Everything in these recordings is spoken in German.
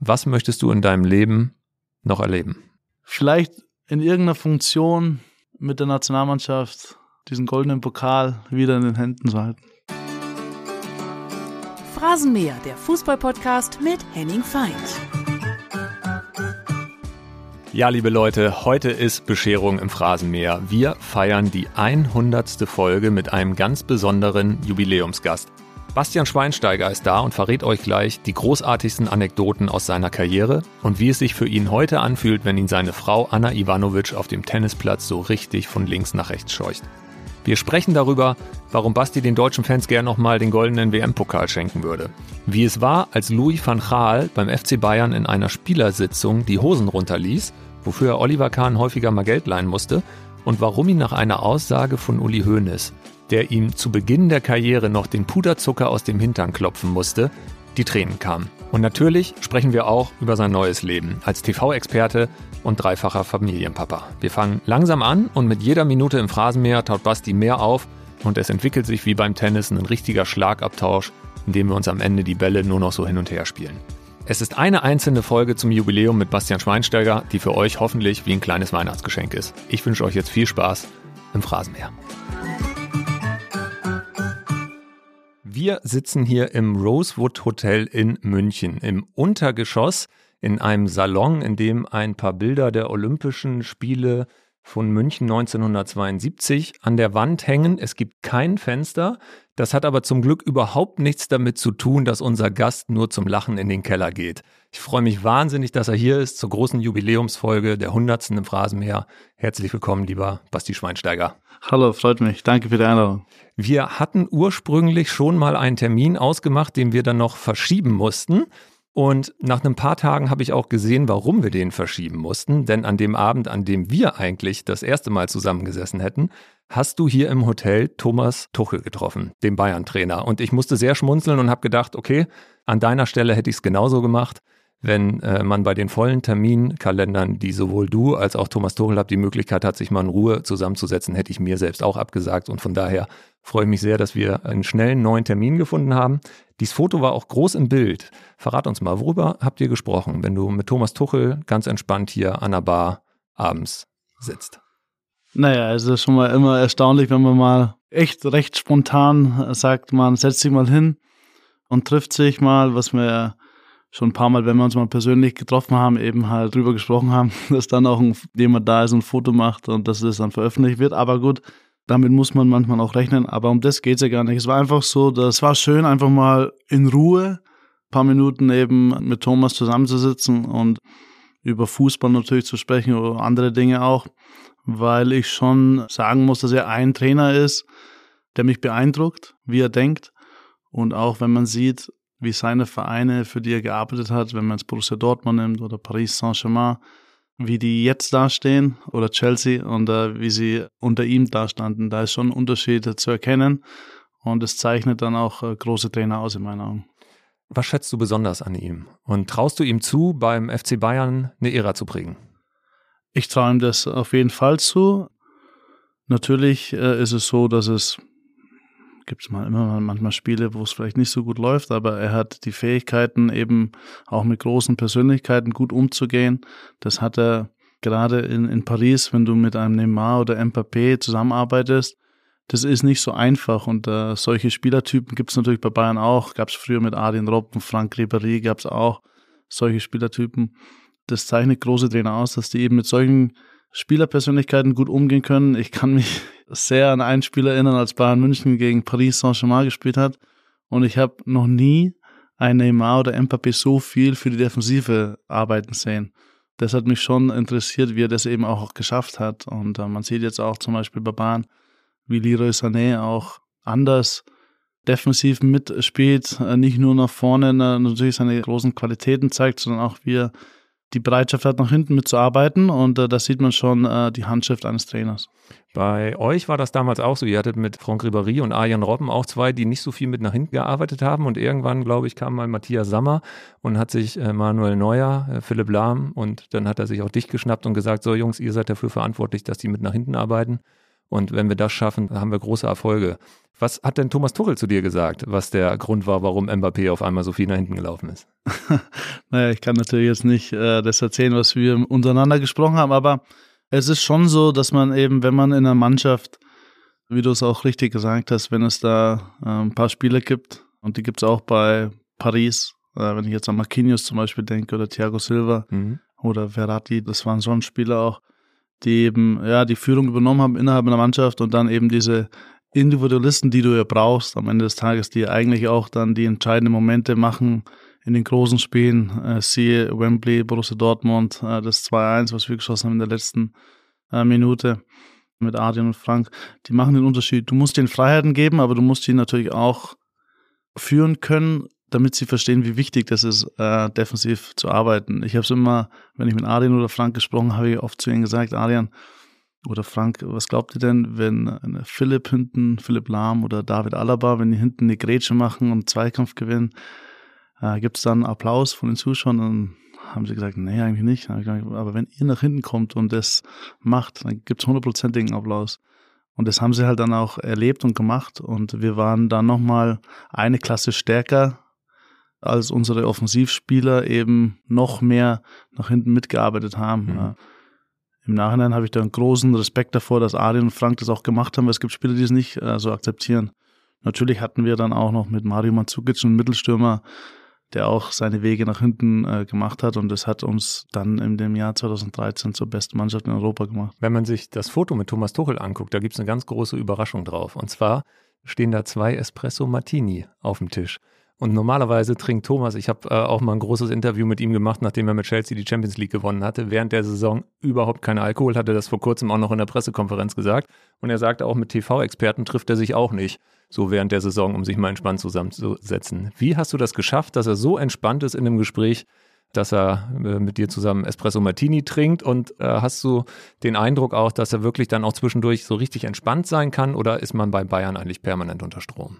was möchtest du in deinem Leben noch erleben? Vielleicht in irgendeiner Funktion mit der Nationalmannschaft diesen goldenen Pokal wieder in den Händen zu halten. Phrasenmäher, der Fußball-Podcast mit Henning Feind. Ja, liebe Leute, heute ist Bescherung im Phrasenmäher. Wir feiern die 100. Folge mit einem ganz besonderen Jubiläumsgast. Bastian Schweinsteiger ist da und verrät euch gleich die großartigsten Anekdoten aus seiner Karriere und wie es sich für ihn heute anfühlt, wenn ihn seine Frau Anna Ivanovic auf dem Tennisplatz so richtig von links nach rechts scheucht. Wir sprechen darüber, warum Basti den deutschen Fans gern nochmal den goldenen WM-Pokal schenken würde. Wie es war, als Louis van Gaal beim FC Bayern in einer Spielersitzung die Hosen runterließ, wofür er Oliver Kahn häufiger mal Geld leihen musste, und warum ihn nach einer Aussage von Uli Hoeneß, der ihm zu Beginn der Karriere noch den Puderzucker aus dem Hintern klopfen musste, die Tränen kamen. Und natürlich sprechen wir auch über sein neues Leben als TV-Experte und dreifacher Familienpapa. Wir fangen langsam an und mit jeder Minute im Phrasenmäher taut Basti mehr auf und es entwickelt sich wie beim Tennis ein richtiger Schlagabtausch, in dem wir uns am Ende die Bälle nur noch so hin und her spielen. Es ist eine einzelne Folge zum Jubiläum mit Bastian Schweinsteiger, die für euch hoffentlich wie ein kleines Weihnachtsgeschenk ist. Ich wünsche euch jetzt viel Spaß im Phrasenmäher. Wir sitzen hier im Rosewood Hotel in München, im Untergeschoss, in einem Salon, in dem ein paar Bilder der Olympischen Spiele von München 1972 an der Wand hängen. Es gibt kein Fenster. Das hat aber zum Glück überhaupt nichts damit zu tun, dass unser Gast nur zum Lachen in den Keller geht. Ich freue mich wahnsinnig, dass er hier ist zur großen Jubiläumsfolge der 100. im Phrasenmäher. Herzlich willkommen, lieber Basti Schweinsteiger. Hallo, freut mich. Danke für die Einladung. Wir hatten ursprünglich schon mal einen Termin ausgemacht, den wir dann noch verschieben mussten. Und nach ein paar Tagen habe ich auch gesehen, warum wir den verschieben mussten. Denn an dem Abend, an dem wir eigentlich das erste Mal zusammengesessen hätten, hast du hier im Hotel Thomas Tuchel getroffen, den Bayern-Trainer. Und ich musste sehr schmunzeln und habe gedacht, okay, an deiner Stelle hätte ich es genauso gemacht. Wenn man bei den vollen Terminkalendern, die sowohl du als auch Thomas Tuchel habt, die Möglichkeit hat, sich mal in Ruhe zusammenzusetzen, hätte ich mir selbst auch abgesagt. Und von daher freue ich mich sehr, dass wir einen schnellen neuen Termin gefunden haben. Dieses Foto war auch groß im Bild. Verrat uns mal, worüber habt ihr gesprochen, wenn du mit Thomas Tuchel ganz entspannt hier an der Bar abends sitzt? Naja, es ist schon mal immer erstaunlich, wenn man mal echt recht spontan sagt, man setzt sich mal hin und trifft sich mal, was wir schon ein paar Mal, wenn wir uns mal persönlich getroffen haben, eben halt drüber gesprochen haben, dass dann auch jemand da ist und ein Foto macht und dass das dann veröffentlicht wird. Aber gut, damit muss man manchmal auch rechnen. Aber um das geht's ja gar nicht. Es war einfach so, das war schön, einfach mal in Ruhe ein paar Minuten eben mit Thomas zusammenzusitzen und über Fußball natürlich zu sprechen oder andere Dinge auch, weil ich schon sagen muss, dass er ein Trainer ist, der mich beeindruckt, wie er denkt. Und auch wenn man sieht, wie seine Vereine, für die er gearbeitet hat, wenn man jetzt Borussia Dortmund nimmt oder Paris Saint-Germain, wie die jetzt dastehen oder Chelsea und wie sie unter ihm dastanden, da ist schon ein Unterschied zu erkennen und es zeichnet dann auch große Trainer aus in meinen Augen. Was schätzt du besonders an ihm und traust du ihm zu, beim FC Bayern eine Ära zu prägen? Ich traue ihm das auf jeden Fall zu. Natürlich ist es so, dass es gibt es manchmal Spiele, wo es vielleicht nicht so gut läuft, aber er hat die Fähigkeiten, eben auch mit großen Persönlichkeiten gut umzugehen. Das hat er gerade in Paris, wenn du mit einem Neymar oder Mbappé zusammenarbeitest. Das ist nicht so einfach und solche Spielertypen gibt es natürlich bei Bayern auch. Gab es früher mit Arjen Robben, Franck Ribéry gab es auch solche Spielertypen. Das zeichnet große Trainer aus, dass die eben mit solchen Spielerpersönlichkeiten gut umgehen können. Ich kann mich sehr an einen Spieler erinnern, als Bayern München gegen Paris Saint-Germain gespielt hat. Und ich habe noch nie einen Neymar oder Mbappé so viel für die Defensive arbeiten sehen. Das hat mich schon interessiert, wie er das eben auch geschafft hat. Und man sieht jetzt auch zum Beispiel bei Bayern, wie Leroy Sané auch anders defensiv mitspielt, nicht nur nach vorne natürlich seine großen Qualitäten zeigt, sondern auch wie er die Bereitschaft hat, nach hinten mitzuarbeiten und da sieht man schon die Handschrift eines Trainers. Bei euch war das damals auch so, ihr hattet mit Franck Ribéry und Arjen Robben auch zwei, die nicht so viel mit nach hinten gearbeitet haben und irgendwann, glaube ich, kam mal Matthias Sammer und hat sich Manuel Neuer, Philipp Lahm und dann hat er sich auch dich geschnappt und gesagt, so Jungs, ihr seid dafür verantwortlich, dass die mit nach hinten arbeiten Und wenn wir das schaffen, haben wir große Erfolge. Was hat denn Thomas Tuchel zu dir gesagt, was der Grund war, warum Mbappé auf einmal so viel nach hinten gelaufen ist? Naja, ich kann natürlich jetzt nicht das erzählen, was wir untereinander gesprochen haben, aber es ist schon so, dass man eben, wenn man in einer Mannschaft, wie du es auch richtig gesagt hast, wenn es da ein paar Spieler gibt, und die gibt es auch bei Paris, wenn ich jetzt an Marquinhos zum Beispiel denke oder Thiago Silva oder Verratti, das waren schon Spieler auch, die eben die Führung übernommen haben innerhalb einer Mannschaft und dann eben diese Individualisten, die du ja brauchst am Ende des Tages, die eigentlich auch dann die entscheidenden Momente machen in den großen Spielen. Siehe Wembley, Borussia Dortmund, das 2-1, was wir geschossen haben in der letzten Minute mit Adrian und Frank. Die machen den Unterschied. Du musst denen Freiheiten geben, aber du musst die natürlich auch führen können, damit sie verstehen, wie wichtig das ist, defensiv zu arbeiten. Ich habe es immer, wenn ich mit Adrian oder Frank gesprochen habe, ich oft zu ihnen gesagt, Adrian oder Frank, was glaubt ihr denn, wenn Philipp Lahm oder David Alaba, wenn die hinten eine Grätsche machen und einen Zweikampf gewinnen, gibt es dann Applaus von den Zuschauern? Dann haben sie gesagt, nee, eigentlich nicht. Aber wenn ihr nach hinten kommt und das macht, dann gibt es 100%igen Applaus. Und das haben sie halt dann auch erlebt und gemacht. Und wir waren dann nochmal eine Klasse stärker, als unsere Offensivspieler eben noch mehr nach hinten mitgearbeitet haben. Im Nachhinein habe ich da einen großen Respekt davor, dass Adrian und Frank das auch gemacht haben, weil es gibt Spieler, die es nicht so akzeptieren. Natürlich hatten wir dann auch noch mit Mario Mandzukic einen Mittelstürmer, der auch seine Wege nach hinten gemacht hat, und das hat uns dann in dem Jahr 2013 zur besten Mannschaft in Europa gemacht. Wenn man sich das Foto mit Thomas Tuchel anguckt, da gibt es eine ganz große Überraschung drauf. Und zwar stehen da 2 Espresso Martini auf dem Tisch. Und normalerweise trinkt Thomas, ich habe auch mal ein großes Interview mit ihm gemacht, nachdem er mit Chelsea die Champions League gewonnen hatte, während der Saison überhaupt keinen Alkohol, hatte das vor kurzem auch noch in der Pressekonferenz gesagt. Und er sagte, auch mit TV-Experten trifft er sich auch nicht, so während der Saison, um sich mal entspannt zusammenzusetzen. Wie hast du das geschafft, dass er so entspannt ist in dem Gespräch, dass er mit dir zusammen Espresso Martini trinkt, und hast du den Eindruck auch, dass er wirklich dann auch zwischendurch so richtig entspannt sein kann, oder ist man bei Bayern eigentlich permanent unter Strom?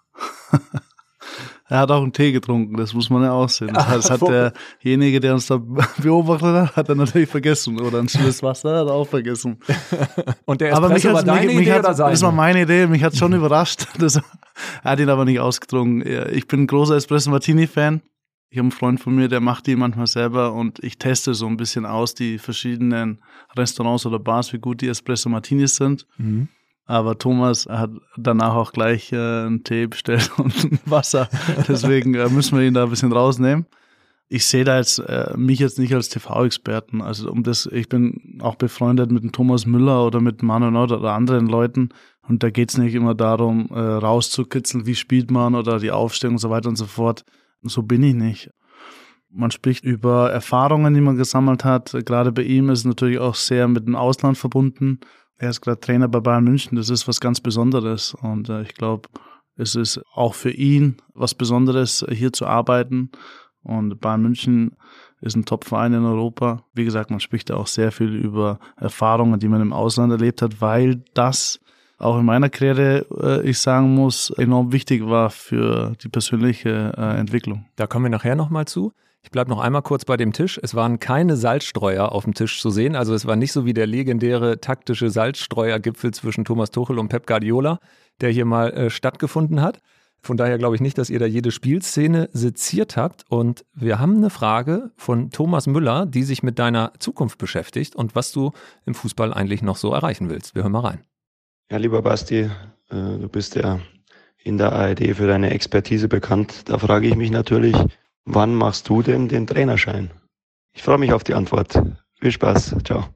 Er hat auch einen Tee getrunken, das muss man ja auch sehen. Das hat derjenige, der uns da beobachtet hat er natürlich vergessen. Oder ein stilles Wasser hat er auch vergessen. Und der Espresso war deine Idee oder seine? Das war meine Idee, mich hat schon überrascht. Er hat ihn aber nicht ausgetrunken. Ich bin ein großer Espresso Martini-Fan. Ich habe einen Freund von mir, der macht die manchmal selber, und ich teste so ein bisschen aus, die verschiedenen Restaurants oder Bars, wie gut die Espresso Martinis sind. Aber Thomas hat danach auch gleich einen Tee bestellt und ein Wasser. Deswegen müssen wir ihn da ein bisschen rausnehmen. Ich sehe da jetzt mich jetzt nicht als TV-Experten. Also ich bin auch befreundet mit dem Thomas Müller oder mit Manuel Neuer oder anderen Leuten. Und da geht's nicht immer darum, rauszukitzeln, wie spielt man oder die Aufstellung und so weiter und so fort. So bin ich nicht. Man spricht über Erfahrungen, die man gesammelt hat. Gerade bei ihm ist es natürlich auch sehr mit dem Ausland verbunden. Er ist gerade Trainer bei Bayern München, das ist was ganz Besonderes, und ich glaube, es ist auch für ihn was Besonderes, hier zu arbeiten, und Bayern München ist ein Top-Verein in Europa. Wie gesagt, man spricht da auch sehr viel über Erfahrungen, die man im Ausland erlebt hat, weil das auch in meiner Karriere, ich sagen muss, enorm wichtig war für die persönliche Entwicklung. Da kommen wir nachher nochmal zu. Ich bleibe noch einmal kurz bei dem Tisch. Es waren keine Salzstreuer auf dem Tisch zu sehen. Also es war nicht so wie der legendäre taktische Salzstreuergipfel zwischen Thomas Tuchel und Pep Guardiola, der hier mal stattgefunden hat. Von daher glaube ich nicht, dass ihr da jede Spielszene seziert habt. Und wir haben eine Frage von Thomas Müller, die sich mit deiner Zukunft beschäftigt und was du im Fußball eigentlich noch so erreichen willst. Wir hören mal rein. Ja, lieber Basti, du bist ja in der ARD für deine Expertise bekannt. Da frage ich mich natürlich, wann machst du denn den Trainerschein? Ich freue mich auf die Antwort. Viel Spaß. Ciao.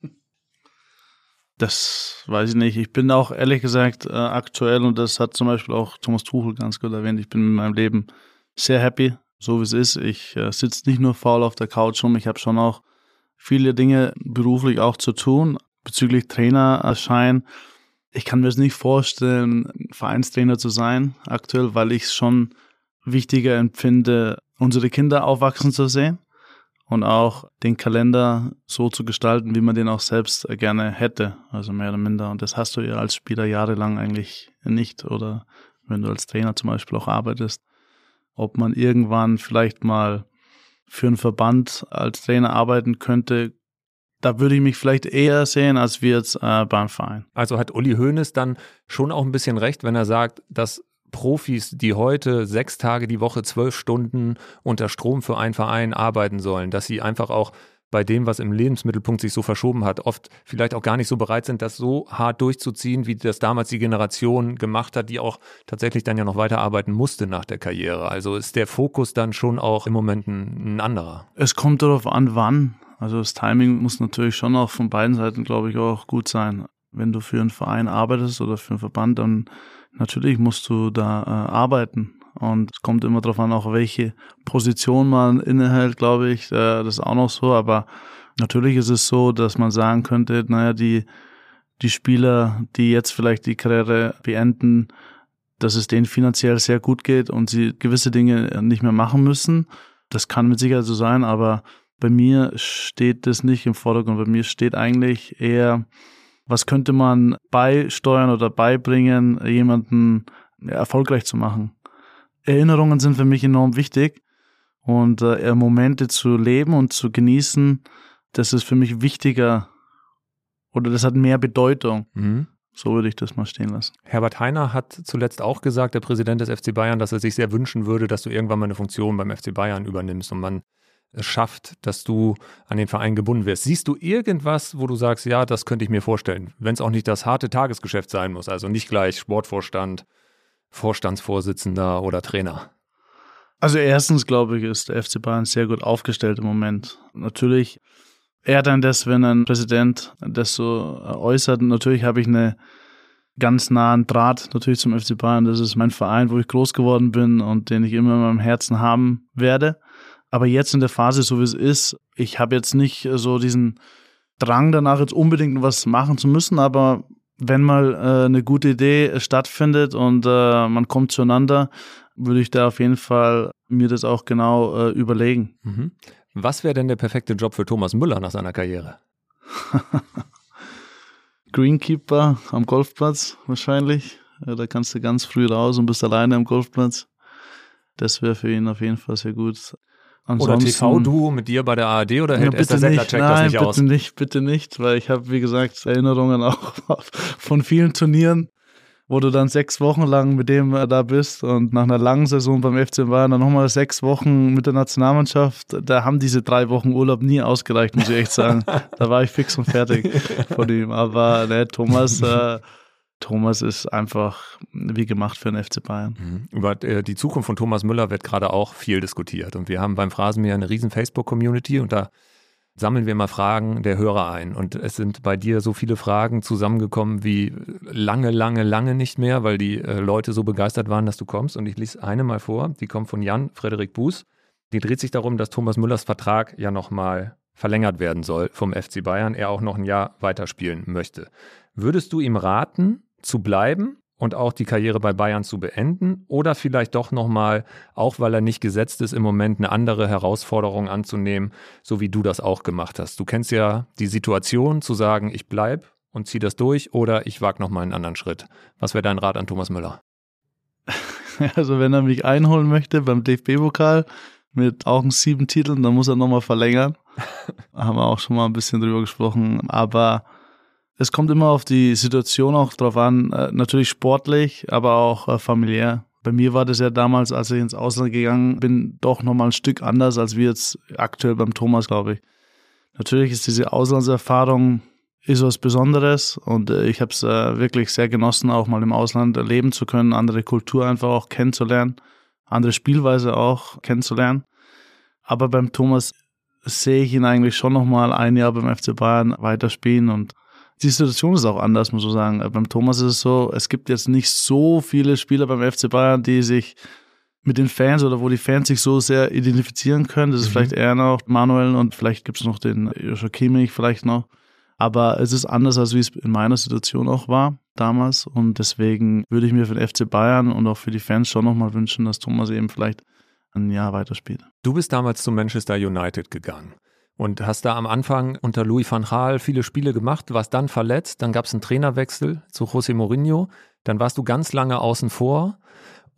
Das weiß ich nicht. Ich bin auch ehrlich gesagt aktuell, und das hat zum Beispiel auch Thomas Tuchel ganz gut erwähnt, ich bin in meinem Leben sehr happy, so wie es ist. Ich sitze nicht nur faul auf der Couch rum, ich habe schon auch viele Dinge beruflich auch zu tun bezüglich Trainerschein. Ich kann mir es nicht vorstellen, Vereinstrainer zu sein aktuell, weil ich es schon wichtiger empfinde, unsere Kinder aufwachsen zu sehen und auch den Kalender so zu gestalten, wie man den auch selbst gerne hätte, also mehr oder minder. Und das hast du ja als Spieler jahrelang eigentlich nicht, oder wenn du als Trainer zum Beispiel auch arbeitest. Ob man irgendwann vielleicht mal für einen Verband als Trainer arbeiten könnte, da würde ich mich vielleicht eher sehen, als wir jetzt beim Verein. Also hat Uli Hoeneß dann schon auch ein bisschen recht, wenn er sagt, dass Profis, die heute 6 Tage die Woche 12 Stunden unter Strom für einen Verein arbeiten sollen, dass sie einfach auch bei dem, was im Lebensmittelpunkt sich so verschoben hat, oft vielleicht auch gar nicht so bereit sind, das so hart durchzuziehen, wie das damals die Generation gemacht hat, die auch tatsächlich dann ja noch weiterarbeiten musste nach der Karriere. Also ist der Fokus dann schon auch im Moment ein anderer? Es kommt darauf an, wann. Also das Timing muss natürlich schon auch von beiden Seiten, glaube ich, auch gut sein. Wenn du für einen Verein arbeitest oder für einen Verband, dann natürlich musst du da arbeiten. Und es kommt immer darauf an, auch welche Position man innehält, glaube ich. Das ist auch noch so. Aber natürlich ist es so, dass man sagen könnte, naja, die Spieler, die jetzt vielleicht die Karriere beenden, dass es denen finanziell sehr gut geht und sie gewisse Dinge nicht mehr machen müssen. Das kann mit Sicherheit so sein, aber bei mir steht das nicht im Vordergrund. Bei mir steht eigentlich eher, was könnte man beisteuern oder beibringen, jemanden erfolgreich zu machen. Erinnerungen sind für mich enorm wichtig und Momente zu leben und zu genießen, das ist für mich wichtiger oder das hat mehr Bedeutung. Mhm. So würde ich das mal stehen lassen. Herbert Hainer hat zuletzt auch gesagt, der Präsident des FC Bayern, dass er sich sehr wünschen würde, dass du irgendwann mal eine Funktion beim FC Bayern übernimmst und man es schafft, dass du an den Verein gebunden wirst. Siehst du irgendwas, wo du sagst, ja, das könnte ich mir vorstellen, wenn es auch nicht das harte Tagesgeschäft sein muss, also nicht gleich Sportvorstand, Vorstandsvorsitzender oder Trainer? Also erstens, glaube ich, ist der FC Bayern sehr gut aufgestellt im Moment. Natürlich eher dann das, wenn ein Präsident das so äußert. Natürlich habe ich einen ganz nahen Draht natürlich zum FC Bayern. Das ist mein Verein, wo ich groß geworden bin und den ich immer in meinem Herzen haben werde. Aber jetzt in der Phase, so wie es ist, ich habe jetzt nicht so diesen Drang danach, jetzt unbedingt was machen zu müssen, aber wenn mal eine gute Idee stattfindet und man kommt zueinander, würde ich da auf jeden Fall mir das auch genau überlegen. Mhm. Was wäre denn der perfekte Job für Thomas Müller nach seiner Karriere? Greenkeeper am Golfplatz wahrscheinlich. Da kannst du ganz früh raus und bist alleine am Golfplatz. Das wäre für ihn auf jeden Fall sehr gut. Ansonsten, oder TV-Duo mit dir bei der ARD oder hält Esther Settler-Check das nicht aus? Nein, bitte nicht, weil ich habe, wie gesagt, Erinnerungen auch von vielen Turnieren, wo du dann 6 Wochen lang mit dem da bist und nach einer langen Saison beim FC Bayern dann nochmal 6 Wochen mit der Nationalmannschaft. Da haben diese 3 Wochen Urlaub nie ausgereicht, muss ich echt sagen. Da war ich fix und fertig von ihm. Aber Thomas ist einfach wie gemacht für den FC Bayern. Über die Zukunft von Thomas Müller wird gerade auch viel diskutiert. Und wir haben beim Phrasenmäher eine riesen Facebook-Community und da sammeln wir mal Fragen der Hörer ein. Und es sind bei dir so viele Fragen zusammengekommen wie lange nicht mehr, weil die Leute so begeistert waren, dass du kommst. Und ich lese eine mal vor, die kommt von Jan Frederik Buß. Die dreht sich darum, dass Thomas Müllers Vertrag ja nochmal verlängert werden soll vom FC Bayern, er auch noch ein Jahr weiterspielen möchte. Würdest du ihm raten, zu bleiben und auch die Karriere bei Bayern zu beenden oder vielleicht doch nochmal, auch weil er nicht gesetzt ist, im Moment eine andere Herausforderung anzunehmen, so wie du das auch gemacht hast? Du kennst ja die Situation, zu sagen, ich bleibe und ziehe das durch oder ich wage nochmal einen anderen Schritt. Was wäre dein Rat an Thomas Müller? Also wenn er mich einholen möchte beim DFB-Pokal mit auch 7 Titeln, dann muss er nochmal verlängern. Da haben wir auch schon mal ein bisschen drüber gesprochen, aber es kommt immer auf die Situation auch drauf an, natürlich sportlich, aber auch familiär. Bei mir war das ja damals, als ich ins Ausland gegangen bin, doch nochmal ein Stück anders, als wir jetzt aktuell beim Thomas, glaube ich. Natürlich ist diese Auslandserfahrung ist was Besonderes und ich habe es wirklich sehr genossen, auch mal im Ausland erleben zu können, andere Kultur einfach auch kennenzulernen, andere Spielweise auch kennenzulernen. Aber beim Thomas sehe ich ihn eigentlich schon nochmal ein Jahr beim FC Bayern weiterspielen und die Situation ist auch anders, muss man sagen. Beim Thomas ist es so, es gibt jetzt nicht so viele Spieler beim FC Bayern, die sich mit den Fans oder wo die Fans sich so sehr identifizieren können. Das ist vielleicht eher noch Manuel und vielleicht gibt es noch den Joshua Kimmich vielleicht noch. Aber es ist anders, als wie es in meiner Situation auch war damals. Und deswegen würde ich mir für den FC Bayern und auch für die Fans schon nochmal wünschen, dass Thomas eben vielleicht ein Jahr weiterspielt. Du bist damals zu Manchester United gegangen. Und hast da am Anfang unter Louis van Gaal viele Spiele gemacht, warst dann verletzt, dann gab es einen Trainerwechsel zu José Mourinho, dann warst du ganz lange außen vor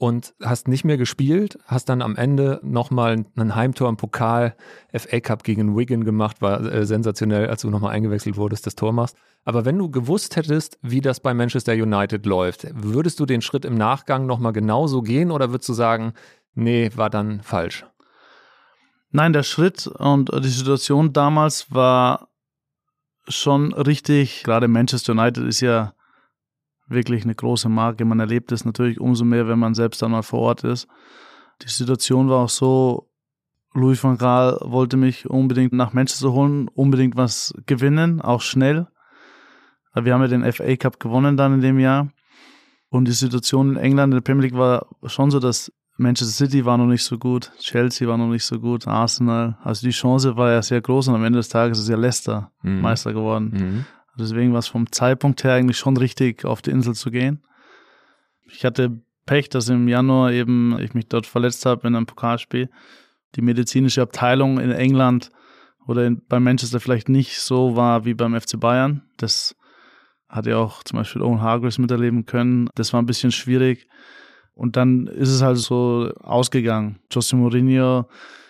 und hast nicht mehr gespielt, hast dann am Ende nochmal ein Heimtor im Pokal, FA Cup gegen Wigan gemacht, war sensationell, als du nochmal eingewechselt wurdest, das Tor machst. Aber wenn du gewusst hättest, wie das bei Manchester United läuft, würdest du den Schritt im Nachgang nochmal genauso gehen oder würdest du sagen, nee, war dann falsch? Nein, der Schritt und die Situation damals war schon richtig. Gerade Manchester United ist ja wirklich eine große Marke. Man erlebt es natürlich umso mehr, wenn man selbst dann mal vor Ort ist. Die Situation war auch so, Louis van Gaal wollte mich unbedingt nach Manchester holen, unbedingt was gewinnen, auch schnell. Wir haben ja den FA Cup gewonnen dann in dem Jahr. Und die Situation in England in der Premier League war schon so, dass Manchester City war noch nicht so gut, Chelsea war noch nicht so gut, Arsenal. Also die Chance war ja sehr groß und am Ende des Tages ist ja Leicester Meister geworden. Deswegen war es vom Zeitpunkt her eigentlich schon richtig, auf die Insel zu gehen. Ich hatte Pech, dass im Januar eben ich mich dort verletzt habe in einem Pokalspiel. Die medizinische Abteilung in England oder bei Manchester vielleicht nicht so war wie beim FC Bayern. Das hat ja auch zum Beispiel Owen Hargreaves miterleben können. Das war ein bisschen schwierig. Und dann ist es halt so ausgegangen. José Mourinho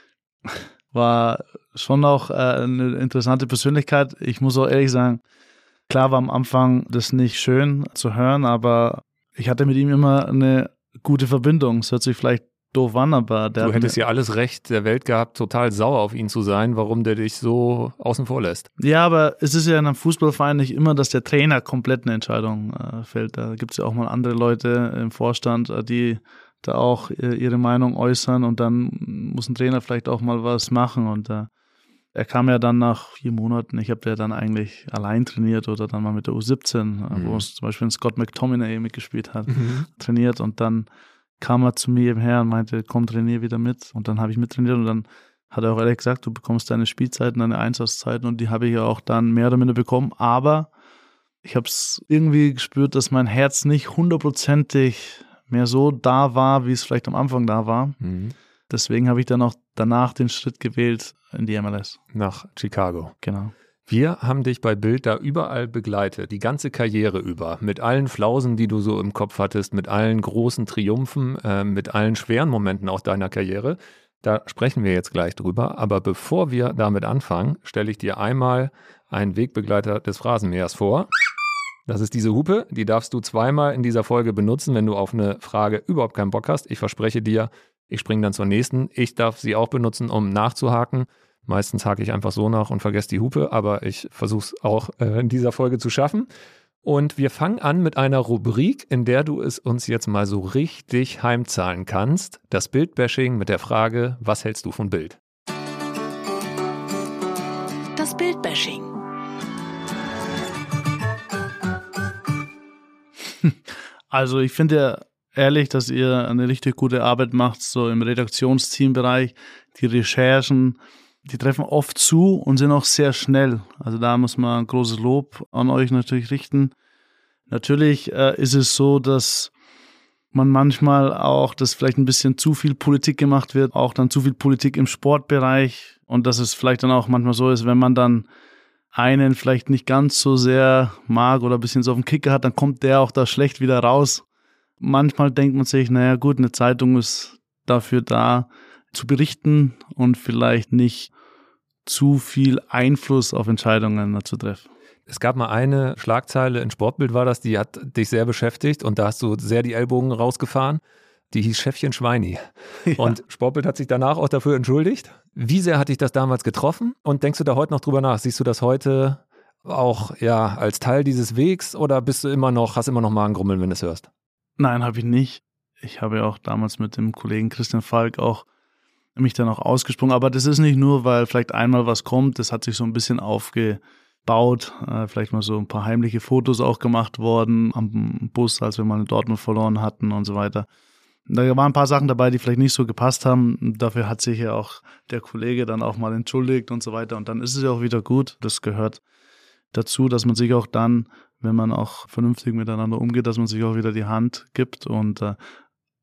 war schon auch eine interessante Persönlichkeit. Ich muss auch ehrlich sagen, klar war am Anfang das nicht schön zu hören, aber ich hatte mit ihm immer eine gute Verbindung. Es hört sich vielleicht doof an, aber du hättest ja alles Recht der Welt gehabt, total sauer auf ihn zu sein, warum der dich so außen vor lässt. Ja, aber es ist ja in einem Fußballverein nicht immer, dass der Trainer komplett eine Entscheidung fällt. Da gibt es ja auch mal andere Leute im Vorstand, die da auch ihre Meinung äußern und dann muss ein Trainer vielleicht auch mal was machen und er kam ja dann nach 4 Monaten, ich habe ja dann eigentlich allein trainiert oder dann mal mit der U17, wo es zum Beispiel Scott McTominay mitgespielt hat, trainiert und dann kam er zu mir eben her und meinte, komm, trainier wieder mit und dann habe ich mittrainiert und dann hat er auch ehrlich gesagt, du bekommst deine Spielzeiten, deine Einsatzzeiten und die habe ich ja auch dann mehr oder minder bekommen, aber ich habe es irgendwie gespürt, dass mein Herz nicht 100%ig mehr so da war, wie es vielleicht am Anfang da war. Deswegen habe ich dann auch danach den Schritt gewählt in die MLS. Nach Chicago. Genau. Wir haben dich bei Bild da überall begleitet, die ganze Karriere über, mit allen Flausen, die du so im Kopf hattest, mit allen großen Triumphen, mit allen schweren Momenten auch deiner Karriere. Da sprechen wir jetzt gleich drüber, aber bevor wir damit anfangen, stelle ich dir einmal einen Wegbegleiter des Phrasenmähers vor. Das ist diese Hupe, die darfst du 2-mal in dieser Folge benutzen, wenn du auf eine Frage überhaupt keinen Bock hast. Ich verspreche dir, ich springe dann zur nächsten. Ich darf sie auch benutzen, um nachzuhaken. Meistens hake ich einfach so nach und vergesse die Hupe, aber ich versuche es auch in dieser Folge zu schaffen. Und wir fangen an mit einer Rubrik, in der du es uns jetzt mal so richtig heimzahlen kannst. Das Bildbashing mit der Frage, was hältst du von Bild? Das Bildbashing. Also ich finde ja ehrlich, dass ihr eine richtig gute Arbeit macht, so im Redaktionsteambereich. Die Recherchen, die treffen oft zu und sind auch sehr schnell. Also da muss man ein großes Lob an euch natürlich richten. Natürlich ist es so, dass man manchmal auch, dass vielleicht ein bisschen zu viel Politik gemacht wird, auch dann zu viel Politik im Sportbereich und dass es vielleicht dann auch manchmal so ist, wenn man dann einen vielleicht nicht ganz so sehr mag oder ein bisschen so auf den Kicker hat, dann kommt der auch da schlecht wieder raus. Manchmal denkt man sich, naja gut, eine Zeitung ist dafür da, zu berichten und vielleicht nicht zu viel Einfluss auf Entscheidungen zu treffen. Es gab mal eine Schlagzeile in Sportbild war das, die hat dich sehr beschäftigt und da hast du sehr die Ellbogen rausgefahren. Die hieß Chefchen Schweini. Ja. Und Sportbild hat sich danach auch dafür entschuldigt. Wie sehr hat dich das damals getroffen? Und denkst du da heute noch drüber nach? Siehst du das heute auch ja als Teil dieses Wegs oder hast immer noch mal einen Grummeln, wenn du es hörst? Nein, habe ich nicht. Ich habe ja auch damals mit dem Kollegen Christian Falk auch mich dann auch ausgesprungen. Aber das ist nicht nur, weil vielleicht einmal was kommt. Das hat sich so ein bisschen aufgebaut. Vielleicht mal so ein paar heimliche Fotos auch gemacht worden am Bus, als wir mal in Dortmund verloren hatten und so weiter. Da waren ein paar Sachen dabei, die vielleicht nicht so gepasst haben. Dafür hat sich ja auch der Kollege dann auch mal entschuldigt und so weiter. Und dann ist es ja auch wieder gut. Das gehört dazu, dass man sich auch dann, wenn man auch vernünftig miteinander umgeht, dass man sich auch wieder die Hand gibt. Und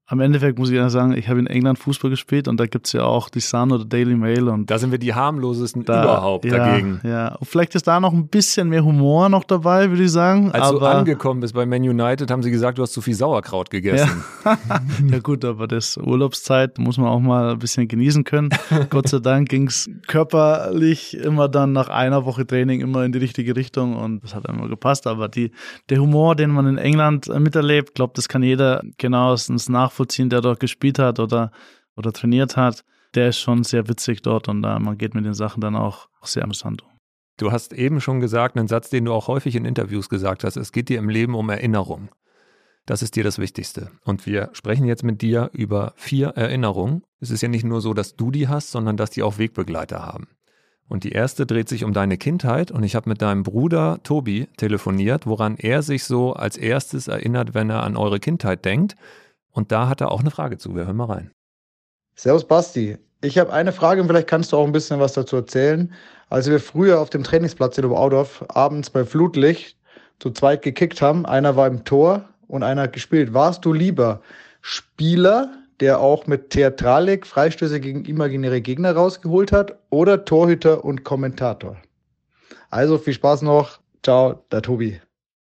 am Endeffekt muss ich ja sagen, ich habe in England Fußball gespielt und da gibt es ja auch die Sun oder Daily Mail. Und da sind wir die harmlosesten überhaupt dagegen. Ja, vielleicht ist da noch ein bisschen mehr Humor noch dabei, würde ich sagen. Als du angekommen bist bei Man United, haben sie gesagt, du hast zu viel Sauerkraut gegessen. Ja gut, aber das Urlaubszeit muss man auch mal ein bisschen genießen können. Gott sei Dank ging es körperlich immer dann nach einer Woche Training immer in die richtige Richtung und das hat immer gepasst. Aber der Humor, den man in England miterlebt, glaube, das kann jeder genauestens nachvollziehen, der dort gespielt hat oder trainiert hat, der ist schon sehr witzig dort und man geht mit den Sachen dann auch sehr amüsant um. Du hast eben schon gesagt, einen Satz, den du auch häufig in Interviews gesagt hast, es geht dir im Leben um Erinnerung. Das ist dir das Wichtigste. Und wir sprechen jetzt mit dir über 4 Erinnerungen. Es ist ja nicht nur so, dass du die hast, sondern dass die auch Wegbegleiter haben. Und die erste dreht sich um deine Kindheit und ich habe mit deinem Bruder Tobi telefoniert, woran er sich so als erstes erinnert, wenn er an eure Kindheit denkt. Und da hat er auch eine Frage zu. Wir hören mal rein. Servus Basti. Ich habe eine Frage und vielleicht kannst du auch ein bisschen was dazu erzählen. Als wir früher auf dem Trainingsplatz in Oberaudorf abends bei Flutlicht zu zweit gekickt haben, einer war im Tor und einer hat gespielt. Warst du lieber Spieler, der auch mit Theatralik Freistöße gegen imaginäre Gegner rausgeholt hat, oder Torhüter und Kommentator? Also viel Spaß noch. Ciao, der Tobi.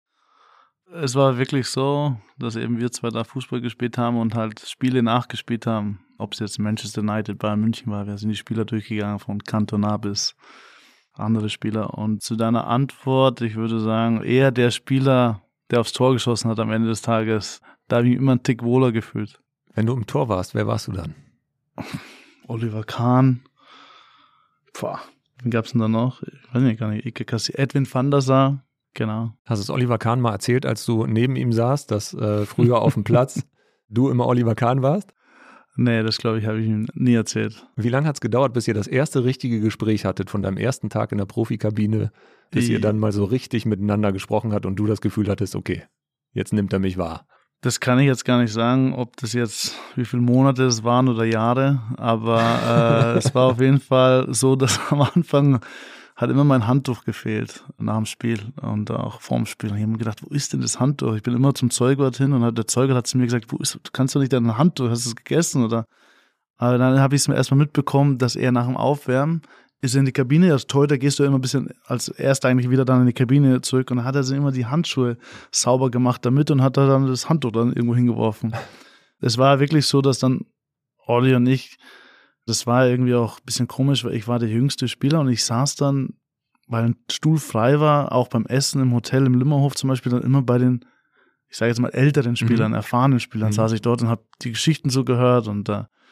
Es war wirklich so, dass eben wir zwei da Fußball gespielt haben und halt Spiele nachgespielt haben. Ob es jetzt Manchester United, Bayern München war, wir sind die Spieler durchgegangen, von Cantona bis andere Spieler. Und zu deiner Antwort, ich würde sagen, eher der Spieler, der aufs Tor geschossen hat am Ende des Tages, da habe ich mich immer einen Tick wohler gefühlt. Wenn du im Tor warst, wer warst du dann? Oliver Kahn. Wen gab es denn da noch? Ich weiß nicht, gar nicht. Ike Kassi, Edwin van der Sar. Genau. Hast du es Oliver Kahn mal erzählt, als du neben ihm saßt, dass früher auf dem Platz du immer Oliver Kahn warst? Nee, das glaube ich, habe ich ihm nie erzählt. Wie lange hat es gedauert, bis ihr das erste richtige Gespräch hattet von deinem ersten Tag in der Profikabine, bis ihr dann mal so richtig miteinander gesprochen habt und du das Gefühl hattest, okay, jetzt nimmt er mich wahr? Das kann ich jetzt gar nicht sagen, ob das jetzt, wie viele Monate es waren oder Jahre, aber es war auf jeden Fall so, dass am Anfang hat immer mein Handtuch gefehlt nach dem Spiel und auch vorm Spiel. Ich habe mir gedacht, wo ist denn das Handtuch? Ich bin immer zum Zeugwart hin und der Zeugwart hat zu mir gesagt, kannst du nicht dein Handtuch, hast du es gegessen? Oder? Aber dann habe ich es mir erstmal mitbekommen, dass er nach dem Aufwärmen ist in die Kabine, als Torhüter gehst du immer ein bisschen als erst eigentlich wieder dann in die Kabine zurück und dann hat er sich immer die Handschuhe sauber gemacht damit und hat dann das Handtuch dann irgendwo hingeworfen. Es war wirklich so, dass dann Olli und ich, das war irgendwie auch ein bisschen komisch, weil ich war der jüngste Spieler und ich saß dann, weil ein Stuhl frei war, auch beim Essen im Hotel im Limmerhof zum Beispiel, dann immer bei den, ich sage jetzt mal älteren Spielern, erfahrenen Spielern, saß ich dort und habe die Geschichten so gehört und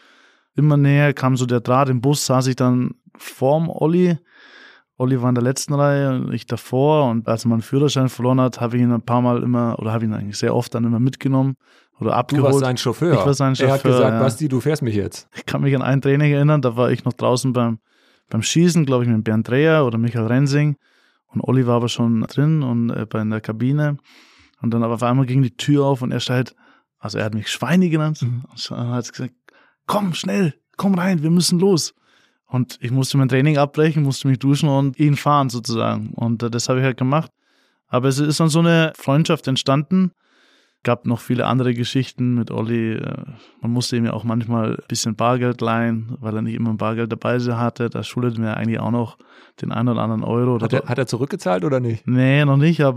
immer näher kam so der Draht. Im Bus saß ich dann vorm Olli. Olli war in der letzten Reihe und ich davor. Und als er meinen Führerschein verloren hat, habe ich ihn ein paar Mal immer, oder habe ihn eigentlich sehr oft dann immer mitgenommen oder abgeholt. Du warst sein Chauffeur. Ich war sein Chauffeur. Er hat gesagt, Basti, du fährst mich jetzt. Ich kann mich an ein Training erinnern, da war ich noch draußen beim Schießen, glaube ich, mit Bernd Dreher oder Michael Rensing. Und Olli war aber schon drin und in der Kabine. Und dann aber auf einmal ging die Tür auf und er schreit, also er hat mich Schweini genannt und hat gesagt, komm, schnell, komm rein, wir müssen los. Und ich musste mein Training abbrechen, musste mich duschen und ihn fahren sozusagen. Und das habe ich halt gemacht. Aber es ist dann so eine Freundschaft entstanden. Gab noch viele andere Geschichten mit Olli. Man musste ihm ja auch manchmal ein bisschen Bargeld leihen, weil er nicht immer Bargeld dabei hatte. Da schuldete mir eigentlich auch noch den einen oder anderen Euro. Hat er zurückgezahlt oder nicht? Nee, noch nicht,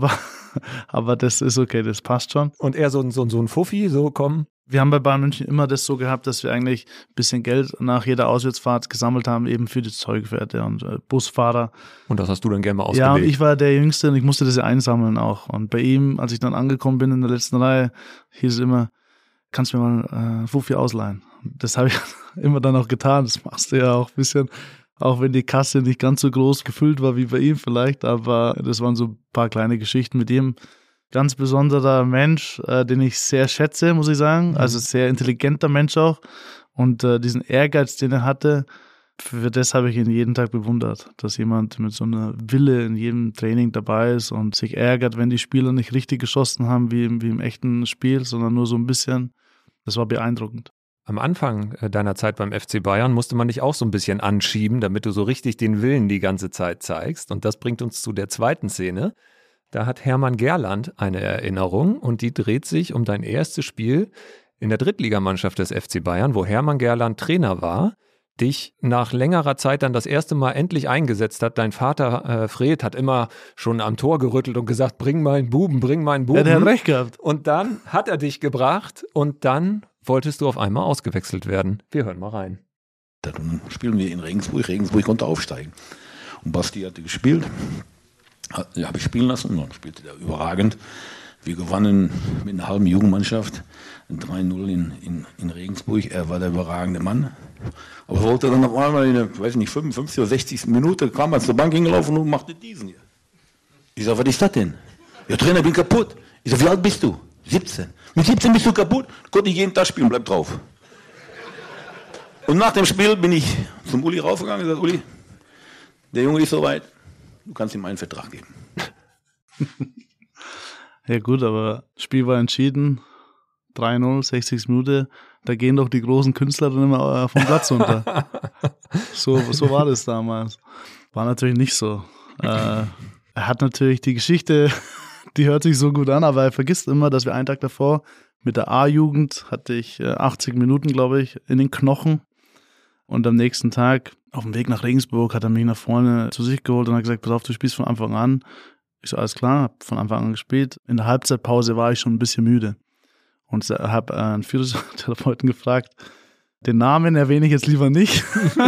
aber das ist okay, das passt schon. Und er so ein Fuffi, so komm. Wir haben bei Bayern München immer das so gehabt, dass wir eigentlich ein bisschen Geld nach jeder Auswärtsfahrt gesammelt haben, eben für die Zeugwerte und Busfahrer. Und das hast du dann gerne mal ausgelegt? Ja, und ich war der Jüngste und ich musste das ja einsammeln auch. Und bei ihm, als ich dann angekommen bin in der letzten Reihe, hieß es immer, kannst du mir mal Fuffi ausleihen? Das habe ich immer dann auch getan. Das machst du ja auch ein bisschen, auch wenn die Kasse nicht ganz so groß gefüllt war wie bei ihm vielleicht, aber das waren so ein paar kleine Geschichten mit ihm. Ganz besonderer Mensch, den ich sehr schätze, muss ich sagen. Also sehr intelligenter Mensch auch. Und diesen Ehrgeiz, den er hatte, für das habe ich ihn jeden Tag bewundert. Dass jemand mit so einer Wille in jedem Training dabei ist und sich ärgert, wenn die Spieler nicht richtig geschossen haben, wie im echten Spiel, sondern nur so ein bisschen. Das war beeindruckend. Am Anfang deiner Zeit beim FC Bayern musste man dich auch so ein bisschen anschieben, damit du so richtig den Willen die ganze Zeit zeigst. Und das bringt uns zu der zweiten Szene. Da hat Hermann Gerland eine Erinnerung und die dreht sich um dein erstes Spiel in der Drittligamannschaft des FC Bayern, wo Hermann Gerland Trainer war, dich nach längerer Zeit dann das erste Mal endlich eingesetzt hat. Dein Vater Fred hat immer schon am Tor gerüttelt und gesagt, bring meinen Buben. Ja, der hat recht gehabt. Und dann hat er dich gebracht und dann wolltest du auf einmal ausgewechselt werden. Wir hören mal rein. Dann spielen wir in Regensburg. Regensburg konnte aufsteigen. Und Basti hatte gespielt. Habe ich spielen lassen und dann spielte der überragend. Wir gewannen mit einer halben Jugendmannschaft 3-0 in Regensburg. Er war der überragende Mann. Aber wollte dann auf einmal in der, 55 oder 60. Minute, kam er zur Bank hingelaufen und machte diesen hier. Ich sage, was ist das denn? Ja, Trainer, ich bin kaputt. Ich sage, wie alt bist du? 17. Mit 17 bist du kaputt? Konnte ich jeden Tag spielen, bleib drauf. Und nach dem Spiel bin ich zum Uli raufgegangen und gesagt, Uli, der Junge ist soweit, du kannst ihm einen Vertrag geben. Ja gut, aber das Spiel war entschieden. 3-0, 60. Minute. Da gehen doch die großen Künstler dann immer vom Platz runter. So war das damals. War natürlich nicht so. Er hat natürlich die Geschichte, die hört sich so gut an, aber er vergisst immer, dass wir einen Tag davor mit der A-Jugend hatte ich 80 Minuten, glaube ich, in den Knochen. Und am nächsten Tag, auf dem Weg nach Regensburg, hat er mich nach vorne zu sich geholt und hat gesagt, pass auf, du spielst von Anfang an. Ich so, alles klar, habe von Anfang an gespielt. In der Halbzeitpause war ich schon ein bisschen müde. Und habe einen Physiotherapeuten gefragt, den Namen erwähne ich jetzt lieber nicht.